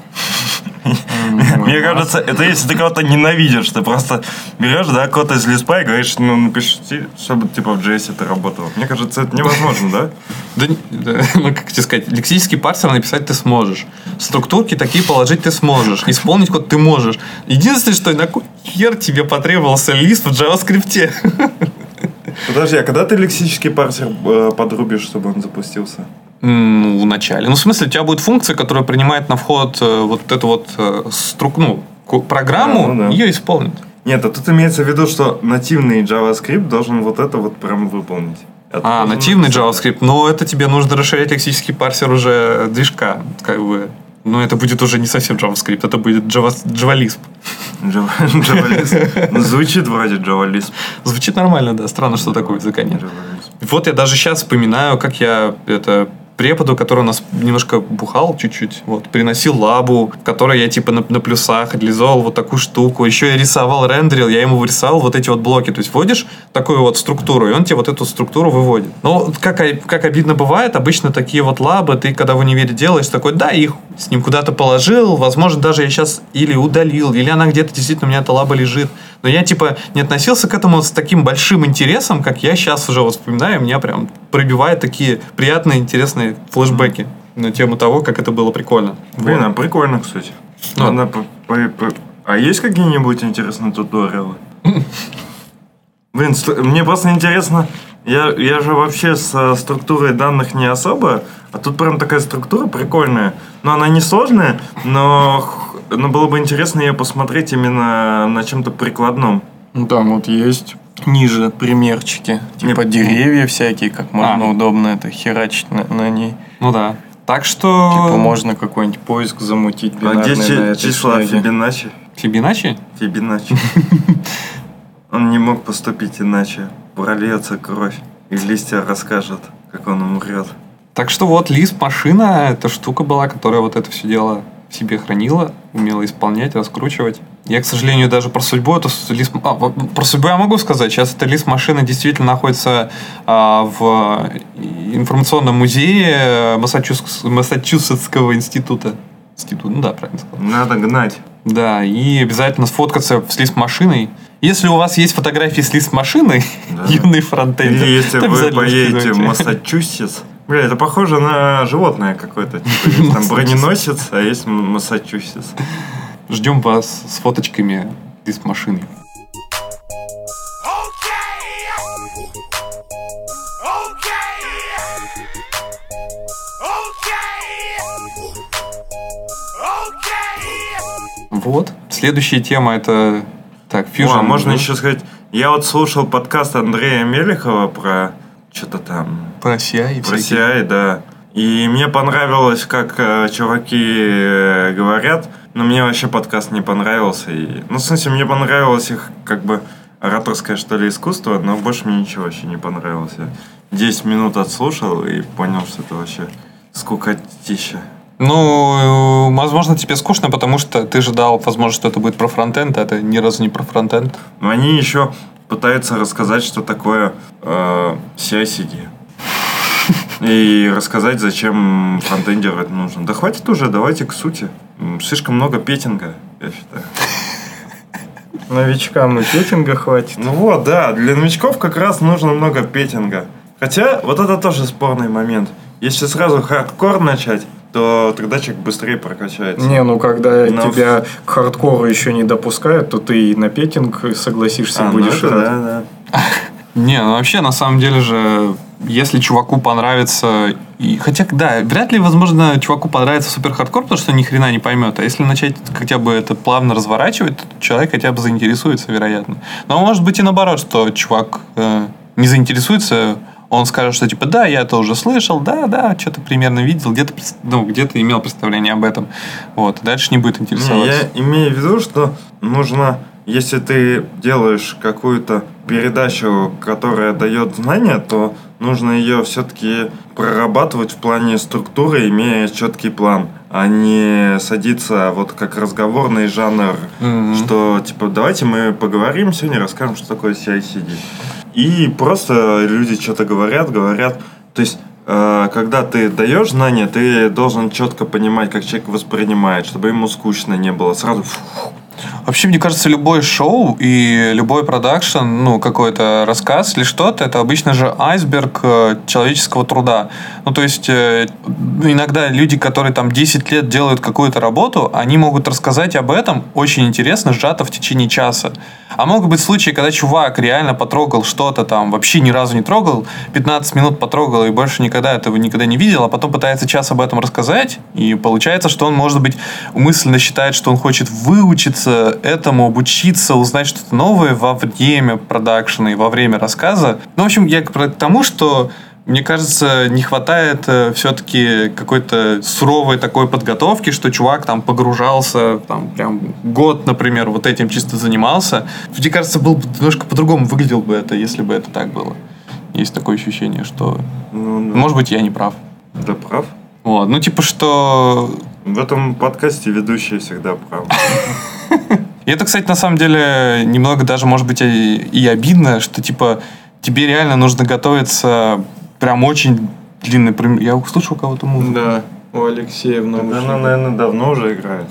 Мне кажется, это если ты кого-то ненавидишь, ты просто берешь, код из Lisp и говоришь, напиши, чтобы, типа, в JS это работало. Мне кажется, это невозможно, да? Как тебе сказать, лексический парсер написать ты сможешь. Структурки такие положить ты сможешь. Исполнить код ты можешь. Единственное, что на хер тебе потребовался Lisp в JavaScript. Подожди, а когда ты лексический парсер подрубишь, чтобы он запустился? В начале. В смысле, у тебя будет функция, которая принимает на вход вот эту программу, ее исполнит. Нет, а тут имеется в виду, что нативный JavaScript должен вот это вот прям выполнить. Нативный JavaScript. Но это тебе нужно расширять лексический парсер уже движка. Это будет уже не совсем JavaScript, это будет JavaLisp. JavaLisp. Звучит вроде JavaLisp. Звучит нормально, да. Странно, что такого языка нет. Вот я даже сейчас вспоминаю, как я преподу, который у нас немножко бухал чуть-чуть, вот, приносил лабу, в которой я типа на плюсах реализовал вот такую штуку. Еще я рисовал, рендерил, я ему вырисовал вот эти вот блоки. То есть вводишь такую вот структуру, и он тебе вот эту структуру выводит. Но как обидно бывает, обычно такие вот лабы, ты когда в универе делаешь, такой, да, их с ним куда-то положил, возможно, даже я сейчас или удалил, или она где-то действительно у меня эта лаба лежит. Но я типа не относился к этому с таким большим интересом, как я сейчас уже вот вспоминаю, меня прям пробивает такие приятные, интересные флешбеки на тему того, как это было прикольно. Блин, Вот. а прикольно, кстати. Ну. Надо А есть какие-нибудь интересные туториалы? Блин, мне просто интересно, я же вообще со структурой данных не особо, а тут прям такая структура прикольная. Но она не сложная, но было бы интересно ее посмотреть именно на чем-то прикладном. Ну, там вот есть ниже примерчики. Типа деревья всякие, как можно удобно это херачить на ней. Ну да. Так что... Типа можно какой-нибудь поиск замутить А бинарный где на этой числа шляге. Фибоначчи? Фибоначчи? Фибоначчи. Он не мог поступить иначе. Прольется кровь, и листья расскажут, как он умрет. Так что вот Lisp машина, это штука была, которая вот это все дело в себе хранила, умела исполнять, раскручивать. Я, к сожалению, даже про судьбу эту Lisp... про судьбу я могу сказать. Сейчас эта Lisp машина действительно находится в информационном музее Массачусетского института. Ну да, правильно сказал. Надо гнать. Да, и обязательно сфоткаться с Lisp машиной. Если у вас есть фотографии с Lisp машиной, Да. юный фронтендер, Или если то вы обязательно поедете в скидывайте. Массачусетс. Бля, это похоже на животное какое-то. Типа, есть там броненосец, а есть Массачусетс. Ждем вас с фоточками Lisp машины. Вот. Следующая тема это... Так, Fusion. Можно да? еще сказать, я вот слушал подкаст Андрея Мелехова про что-то там. Про CI и Про всякие. CI, да. И мне понравилось, как чуваки говорят, но мне вообще подкаст не понравился. Ну, в смысле, мне понравилось их как бы ораторское, что ли, искусство, но больше мне ничего вообще не понравилось. Я 10 минут отслушал и понял, что это вообще скукотища. Ну, возможно, тебе скучно, потому что ты ждал, возможно, что это будет про фронтенд, а это ни разу не про фронтенд. Но они еще пытаются рассказать, что такое CI/CD. И рассказать, зачем фронтендеру это нужно. Да хватит уже, давайте к сути. Слишком много петинга, я считаю. Новичкам и петинга хватит. Ну вот, да, для новичков как раз нужно много петинга. Хотя, вот это тоже спорный момент. Если сразу хардкор начать, то тогда человек быстрее прокачается. Не, ну когда Но- тебя к хардкору еще не допускают, то ты и на петинг согласишься, будешь ну это рад. да. Не, ну вообще, на самом деле же, если чуваку понравится... Хотя, да, вряд ли, возможно, чуваку понравится супер хардкор, потому что ни хрена не поймет. А если начать хотя бы это плавно разворачивать, то человек хотя бы заинтересуется, вероятно. Но может быть и наоборот, что чувак не заинтересуется, он скажет, что типа, да, я это уже слышал, да, что-то примерно видел, где-то имел представление об этом. Вот, дальше не будет интересоваться. Я имею в виду, что нужно, если ты делаешь какую-то передачу, которая дает знания, то нужно ее все-таки прорабатывать в плане структуры, имея четкий план, а не садиться вот как разговорный жанр, что типа давайте мы поговорим сегодня, расскажем, что такое CI/CD. И просто люди что-то говорят. То есть, когда ты даешь знания, ты должен четко понимать, как человек воспринимает, чтобы ему скучно не было. Сразу Вообще, мне кажется, любое шоу и любой продакшн, ну, какой-то рассказ или что-то, это обычно же айсберг человеческого труда. Ну, то есть, иногда люди, которые там 10 лет делают какую-то работу, они могут рассказать об этом очень интересно, сжато в течение часа. А могут быть случаи, когда чувак реально потрогал что-то там, вообще ни разу не трогал, 15 минут потрогал и больше никогда этого никогда не видел, а потом пытается час об этом рассказать, и получается, что он, может быть, умысленно считает, что он хочет выучиться этому, обучиться, узнать что-то новое во время продакшена и во время рассказа. Ну, в общем, я к тому, что мне кажется, не хватает все-таки какой-то суровой такой подготовки, что чувак там погружался, там прям год, например, вот этим чисто занимался. Мне кажется, был бы немножко по-другому выглядел бы это, если бы это так было. Есть такое ощущение, что... Может быть, я не прав. всегда прав. Вот, ну типа что... В этом подкасте ведущий всегда прав. И это, кстати, на самом деле немного даже, может быть, и обидно, что типа тебе реально нужно готовиться прям очень длинный... Я услышал кого-то музыку. Да, у Алексея в наушниках. Она, наверное, давно уже играет.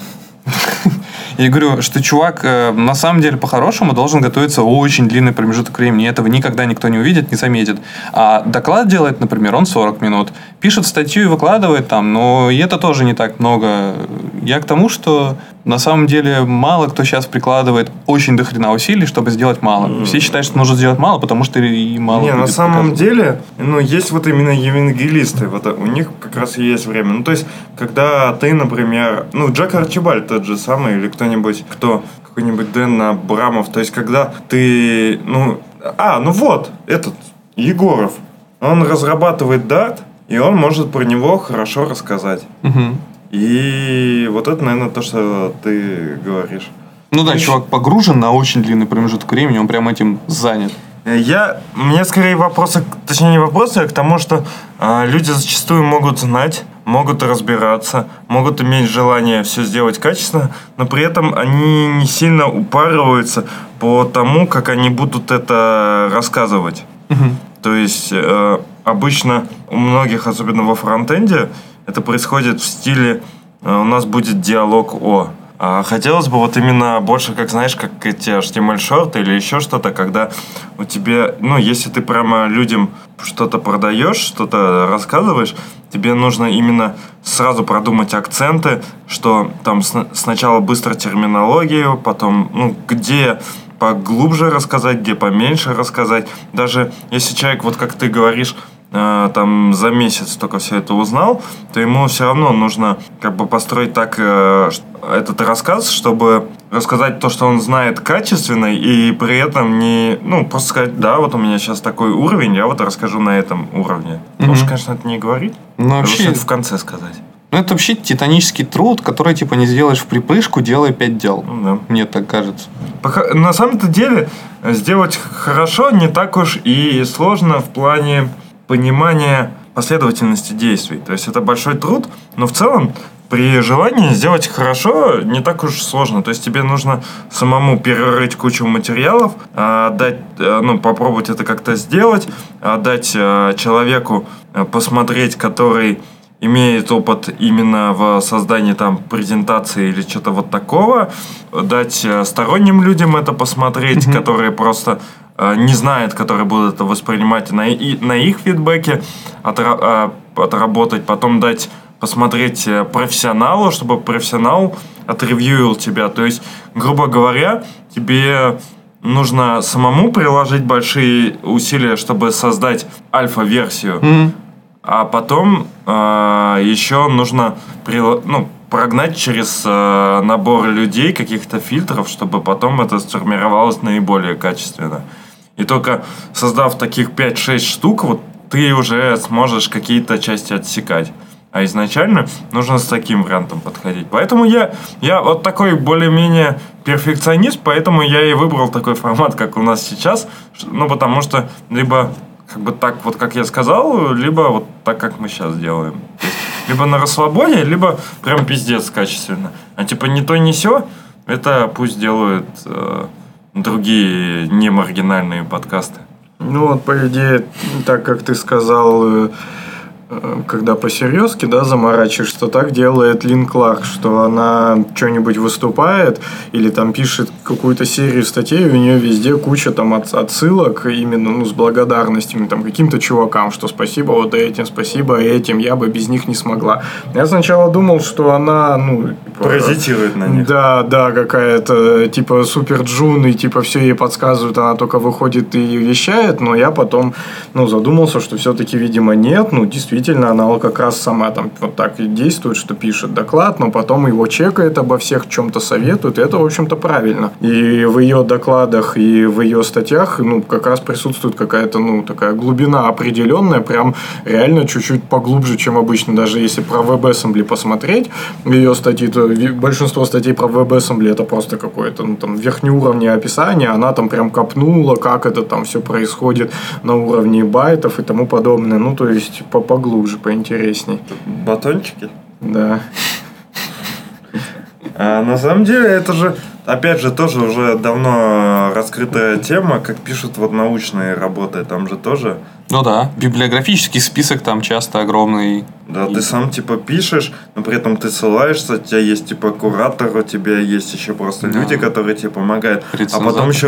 Я говорю, что чувак на самом деле по-хорошему должен готовиться очень длинный промежуток времени. Этого никогда никто не увидит, не заметит. А доклад делает, например, он 40 минут. Пишет статью и выкладывает там, но и это тоже не так много. Я к тому, что на самом деле мало кто сейчас прикладывает очень дохрена усилий, чтобы сделать мало. Все считают, что нужно сделать мало, потому что и мало. Не, на будет самом показывать. деле, есть вот именно евангелисты, вот у них как раз и есть время. Ну, то есть, когда ты, например, Джек Арчибальд тот же самый, или кто-нибудь, какой-нибудь Дэн Абрамов, то есть, когда ты, этот, Егоров, он разрабатывает Dart, и он может про него хорошо рассказать. Угу. И вот это, наверное, то, что ты говоришь. Ну да, чувак погружен на очень длинный промежуток времени, он прям этим занят. Мне скорее вопросы, точнее не вопросы, а к тому, что люди зачастую могут знать, могут разбираться, могут иметь желание все сделать качественно, но при этом они не сильно упарываются по тому, как они будут это рассказывать. То есть обычно у многих, особенно во фронтенде, это происходит в стиле у нас будет диалог о. А хотелось бы вот именно больше, как знаешь, как эти HTML-шорты или еще что-то, когда у тебя, если ты прямо людям что-то продаешь, что-то рассказываешь, тебе нужно именно сразу продумать акценты, что там сначала быстро терминологию, потом, где поглубже рассказать, где поменьше рассказать. Даже если человек, вот как ты говоришь, там за месяц только все это узнал, то ему все равно нужно как бы построить так этот рассказ, чтобы рассказать то, что он знает качественно, и при этом не, просто сказать, да, вот у меня сейчас такой уровень, я вот расскажу на этом уровне. Лучше, конечно, это не говорить, вообще... это в конце сказать. Это вообще титанический труд, который типа не сделаешь в припрыжку, делая 5 дел. Да. Мне так кажется. На самом-то деле сделать хорошо не так уж и сложно в плане понимания последовательности действий. То есть это большой труд, но в целом при желании сделать хорошо не так уж сложно. То есть тебе нужно самому перерыть кучу материалов, попробовать это как-то сделать, дать человеку посмотреть, который имеет опыт именно в создании там презентации или что-то вот такого, дать сторонним людям это посмотреть, которые просто не знают, которые будут это воспринимать, и на их фидбэке отработать, потом дать посмотреть профессионалу, чтобы профессионал отревьюил тебя. То есть, грубо говоря, тебе нужно самому приложить большие усилия, чтобы создать альфа-версию, а потом еще нужно прогнать через набор людей каких-то фильтров, чтобы потом это сформировалось наиболее качественно. И только создав таких 5-6 штук, вот ты уже сможешь какие-то части отсекать. А изначально нужно с таким вариантом подходить. Поэтому я вот такой более-менее перфекционист, поэтому я и выбрал такой формат, как у нас сейчас. Потому что либо как бы так, вот как я сказал, либо вот так, как мы сейчас делаем. То есть, либо на расслабоне, либо прям пиздец качественно. А типа ни то, ни сё, это пусть делают другие не маргинальные подкасты. По идее, так как ты сказал, когда по-серьезки, заморачиваешь, что так делает Лин Кларк, что она что-нибудь выступает или там пишет какую-то серию статей, у нее везде куча там отсылок именно с благодарностями там каким-то чувакам, что спасибо вот этим, спасибо этим, я бы без них не смогла. Я сначала думал, что она, паразитирует на них. Да, какая-то типа супер джун, и типа все ей подсказывают, она только выходит и вещает, но я потом, задумался, что все-таки, видимо, нет, действительно, она как раз сама там вот так и действует, что пишет доклад, но потом его чекает, обо всех чем-то советует, и это, в общем-то, правильно. И в ее докладах, и в ее статьях, как раз присутствует какая-то, такая глубина определенная, прям реально чуть-чуть поглубже, чем обычно, даже если про WebAssembly посмотреть, ее статьи, то большинство статей про WebAssembly это просто какое-то, верхнеуровневое описание, она там прям копнула, как это там все происходит на уровне байтов и тому подобное, то есть поглубже. поглубже, поинтересней. Батончики? Да. А на самом деле это же, опять же, тоже уже давно раскрытая тема, как пишут вот научные работы, там же тоже... Ну да, библиографический список там часто огромный. Да, ты сам типа пишешь, но при этом ты ссылаешься, у тебя есть типа куратор, у тебя есть еще просто люди, которые тебе помогают. А потом еще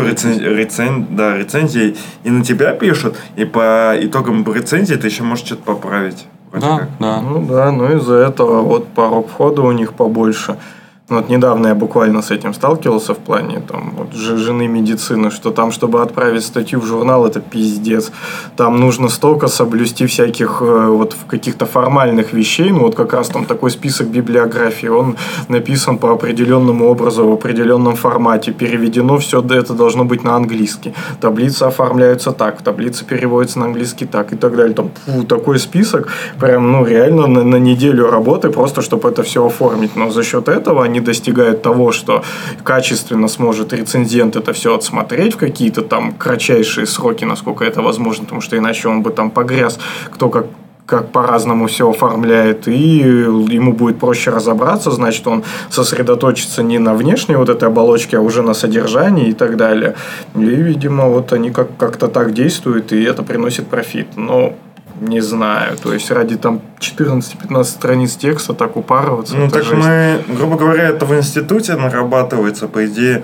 рецензии и на тебя пишут, и по итогам рецензии ты еще можешь что-то поправить. Да, да. Ну да, ну из-за этого вот порог входа у них побольше. Вот недавно я буквально с этим сталкивался в плане там, вот, жены медицины, что там, чтобы отправить статью в журнал, это пиздец. Там нужно столько соблюсти всяких вот каких-то формальных вещей. Ну вот как раз там такой список библиографии, он написан по определенному образу, в определенном формате. Переведено все это должно быть на английский. Таблицы оформляются так, таблицы переводятся на английский так и так далее. Там такой список, прям ну реально на неделю работы просто, чтобы это все оформить. Но за счет этого они достигают того, что качественно сможет рецензент это все отсмотреть в какие-то там кратчайшие сроки, насколько это возможно, потому что иначе он бы там погряз, кто как по-разному все оформляет, и ему будет проще разобраться, значит, он сосредоточится не на внешней вот этой оболочке, а уже на содержании и так далее. И, видимо, вот они как-то так действуют, и это приносит профит. Но не знаю, то есть ради там 14-15 страниц текста так упарываться. Ну, так жесть. Мы, грубо говоря, это в институте нарабатывается, по идее,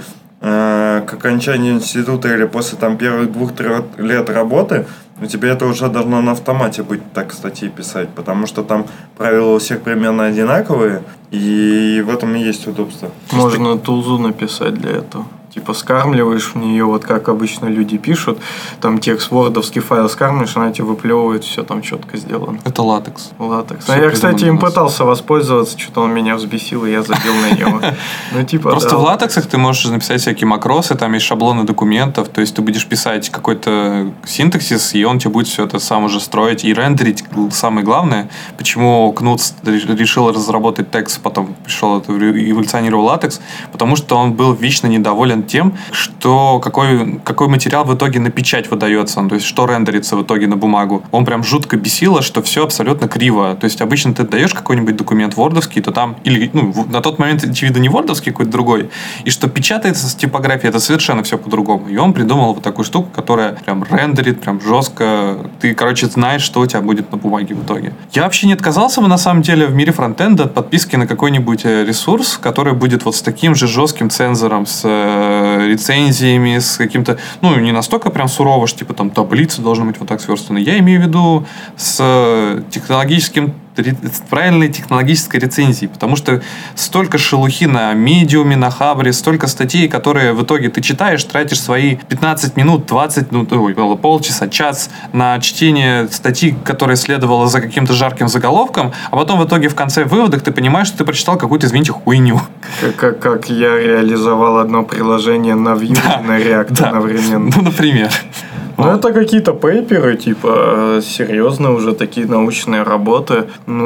к окончанию института или после там первых 2-3 лет работы, у тебя это уже должно на автомате быть так статьи писать, потому что там правила у всех примерно одинаковые, и в этом и есть удобство. Можно тулзу написать для этого. Типа скармливаешь в нее, вот как обычно люди пишут, там текст, вордовский файл скармливаешь, она тебе выплевывает, все там четко сделано. Это латекс. Латекс. А я, кстати, им пытался воспользоваться, что-то он меня взбесил, и я забил на него. Ну, типа, просто в латексах ты можешь написать всякие макросы, там есть шаблоны документов, то есть ты будешь писать какой-то синтаксис, и он тебе будет все это сам уже строить и рендерить. Самое главное, почему Кнут решил разработать текст, потом пришел, эволюционировал латекс, потому что он был вечно недоволен тем, что какой материал в итоге на печать выдается, то есть что рендерится в итоге на бумагу. Он прям жутко бесило, что все абсолютно криво. То есть обычно ты даешь какой-нибудь документ вордовский, то там, или на тот момент, очевидно, не вордовский, какой-то другой, и что печатается с типографией, это совершенно все по-другому. И он придумал вот такую штуку, которая прям рендерит, прям жестко. Ты, знаешь, что у тебя будет на бумаге в итоге. Я вообще не отказался бы, на самом деле, в мире фронтенда от подписки на какой-нибудь ресурс, который будет вот с таким же жестким цензором, с рецензиями, с каким-то, не настолько прям сурово, что типа там таблицы должны быть вот так сверстаны. Я имею в виду с правильной технологической рецензией, потому что столько шелухи на Медиуме, на Хабре, столько статей, которые в итоге ты читаешь, тратишь свои 15 минут, 20 минут, полчаса, час на чтение статьи, которая следовала за каким-то жарким заголовком, а потом в итоге в конце выводах ты понимаешь, что ты прочитал какую-то, извините, хуйню. Как я реализовал одно приложение на Vue и на React одновременно. Например. Это какие-то пейперы, типа, серьезные уже такие научные работы.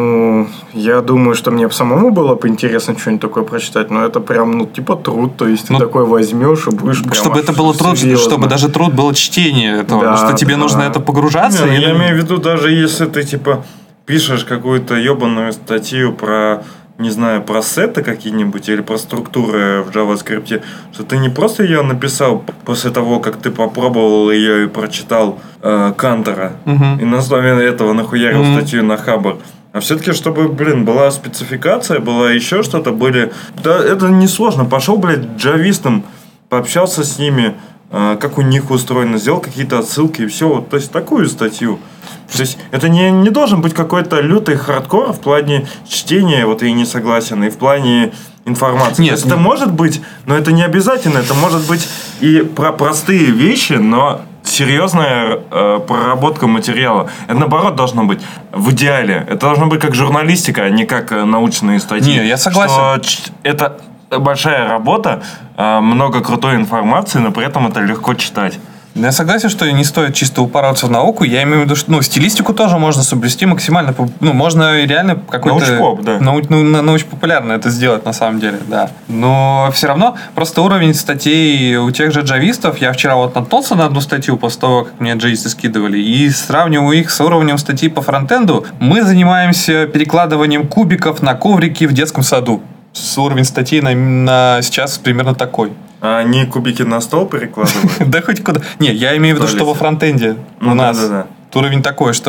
Я думаю, что мне самому было бы интересно что-нибудь такое прочитать, но это прям, труд, то есть ты такой возьмешь и будешь прям... Чтобы это было труд, чтобы даже труд было чтение этого, да, потому что тебе нужно это погружаться. Я имею в виду, даже если ты, пишешь какую-то ебаную статью про... не знаю, про сеты какие-нибудь или про структуры в JavaScript, что ты не просто ее написал после того, как ты попробовал ее и прочитал Кантора, и на основе этого нахуярил статью на Хабр, а все-таки, чтобы, была спецификация, была еще что-то, Да, это несложно. Пошел, джавистам, пообщался с ними, как у них устроено, сделал какие-то отсылки и все. То есть, такую статью. То есть, это не должен быть какой-то лютый хардкор в плане чтения, вот я не согласен, и в плане информации. Нет, то есть, это может быть, но это не обязательно. Это может быть и про простые вещи, но серьезная проработка материала. Это, наоборот, должно быть в идеале. Это должно быть как журналистика, а не как научные статьи. Не, я согласен. Что это большая работа, много крутой информации, но при этом это легко читать. Я согласен, что не стоит чисто упарываться в науку. Я имею в виду, что стилистику тоже можно соблюсти максимально. Можно реально какой-то... Научпоп, да. Научпопулярно это сделать на самом деле, да. Но все равно просто уровень статей у тех же джавистов. Я вчера вот наткнулся на одну статью после того, как мне джависты скидывали, и сравниваю их с уровнем статей по фронтенду. Мы занимаемся перекладыванием кубиков на коврики в детском саду. Уровень статей на сейчас примерно такой. А они кубики на стол перекладывают? Да хоть куда. Не, я имею в виду, что во фронтенде у нас уровень такой, что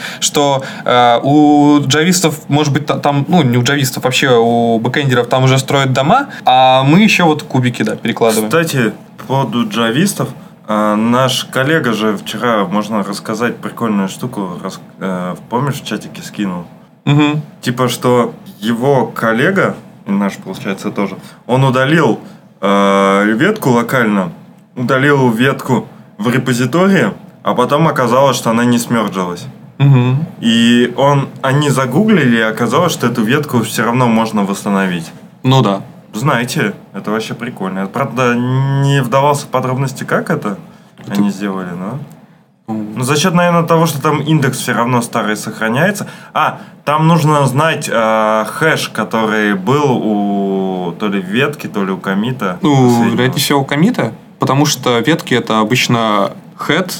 у джавистов, может быть, там, не у джавистов, вообще у бэкэндеров там уже строят дома, а мы еще вот кубики, перекладываем. Кстати, по поводу джавистов, наш коллега же вчера, можно рассказать прикольную штуку, помнишь, в чатике скинул? Угу. Типа, что его коллега, и наш, получается, тоже, он удалил ветку локально, удалил ветку в репозитории, а потом оказалось, что она не смерджилась. Угу. И они загуглили, и оказалось, что эту ветку все равно можно восстановить. Ну да. Знаете, это вообще прикольно. Я, правда, не вдавался в подробности, как это они сделали, но... Ну, за счет, наверное, того, что там индекс все равно старый сохраняется. Там нужно знать хэш, который был у то ли ветки, то ли у коммита. Вероятнее всего у коммита, потому что ветки это обычно head,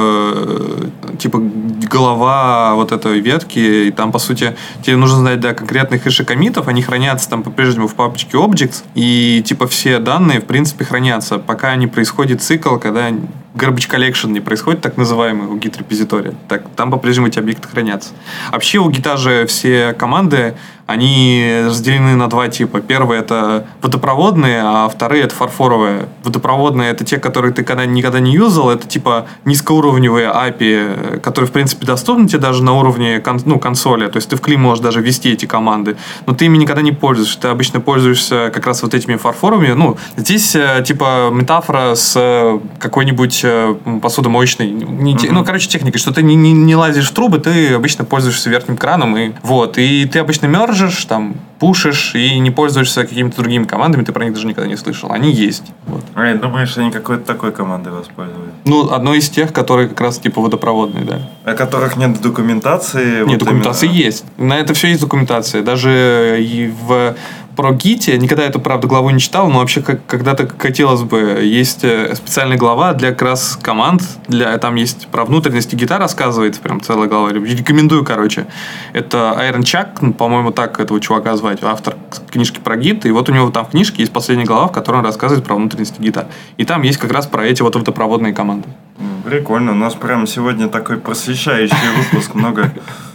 это типа голова вот этой ветки, и там, по сути, тебе нужно знать, конкретных хэшей коммитов, они хранятся там по-прежнему в папочке objects, и типа все данные, в принципе, хранятся, пока не происходит цикл, когда garbage collection не происходит, так называемый, у Git репозитория. Так, там по-прежнему эти объекты хранятся. Вообще у Git же все команды, они разделены на два типа. Первый это водопроводные, а вторые это фарфоровые. Водопроводные это те, которые ты никогда не юзал, это типа низкоуровневые API, которые в принципе доступны тебе даже на уровне консоли. То есть ты в клин можешь даже ввести эти команды, но ты ими никогда не пользуешься. Ты обычно пользуешься как раз вот этими фарфоровыми. Здесь типа метафора с какой-нибудь посудомоечной, техникой, что ты не лазишь в трубы, ты обычно пользуешься верхним краном, и ты обычно мержишь, там, пушишь и не пользуешься какими-то другими командами, ты про них даже никогда не слышал. Они есть. Вот. Я думаю, что они какой-то такой командой воспользуются. Одной из тех, которые как раз типа водопроводные, да. О которых нет документации. Нет, документации есть. На это все есть документация. Даже и в про Git, я никогда эту, правда, главу не читал, но вообще когда-то хотелось бы. Есть специальная глава для как раз команд, там есть про внутренности Git рассказывается, прям целая глава. Рекомендую, короче. Это Iron Chuck, по-моему, так этого чувака звать, автор книжки про Git, и вот у него там в книжке есть последняя глава, в которой он рассказывает про внутренности Git. И там есть как раз про эти вот водопроводные команды. Прикольно. У нас прям сегодня такой просвещающий выпуск, много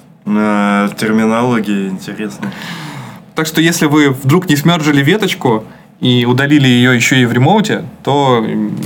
терминологии интересной. Так что, если вы вдруг не смержили веточку и удалили ее еще и в ремоуте, то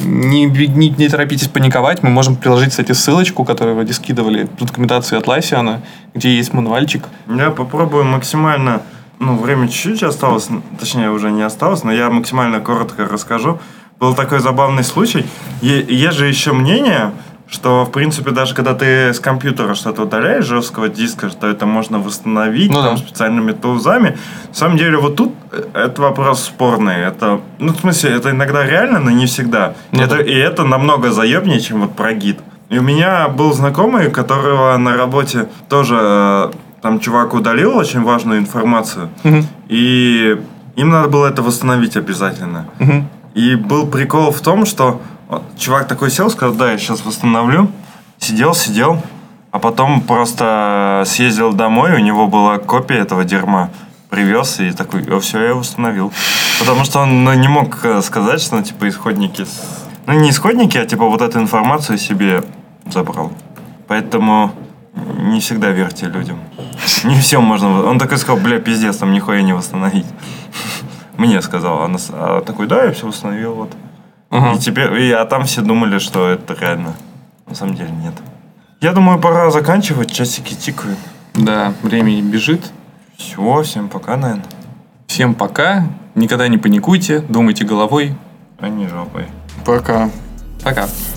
не торопитесь паниковать. Мы можем приложить, кстати, ссылочку, которую вы скидывали в документацию от Lysion, где есть мануальчик. Я попробую максимально... время чуть-чуть осталось, точнее, уже не осталось, но я максимально коротко расскажу. Был такой забавный случай. Есть же еще мнение, что, в принципе, даже когда ты с компьютера что-то удаляешь, жесткого диска, что это можно восстановить специальными тулзами. На самом деле, вот тут это вопрос спорный. Это, в смысле, это иногда реально, но не всегда. И это намного заебнее, чем вот про Git. И у меня был знакомый, которого на работе тоже там чувак удалил очень важную информацию. И им надо было это восстановить обязательно. И был прикол в том, что чувак такой сел, сказал, да, я сейчас восстановлю. Сидел, а потом просто съездил домой, у него была копия этого дерьма, привез и такой, все, я восстановил. Потому что он не мог сказать, что исходники... не исходники, а вот эту информацию себе забрал. Поэтому не всегда верьте людям. Не все можно... Он такой сказал, пиздец, там нихуя не восстановить. Мне сказал. А такой, да, я все восстановил, вот. И теперь, а там все думали, что это реально. На самом деле нет. Я думаю, пора заканчивать, часики тикают. Да, время бежит. Все, всем пока, наверное. Всем пока. Никогда не паникуйте, думайте головой. А не жопой. Пока. Пока.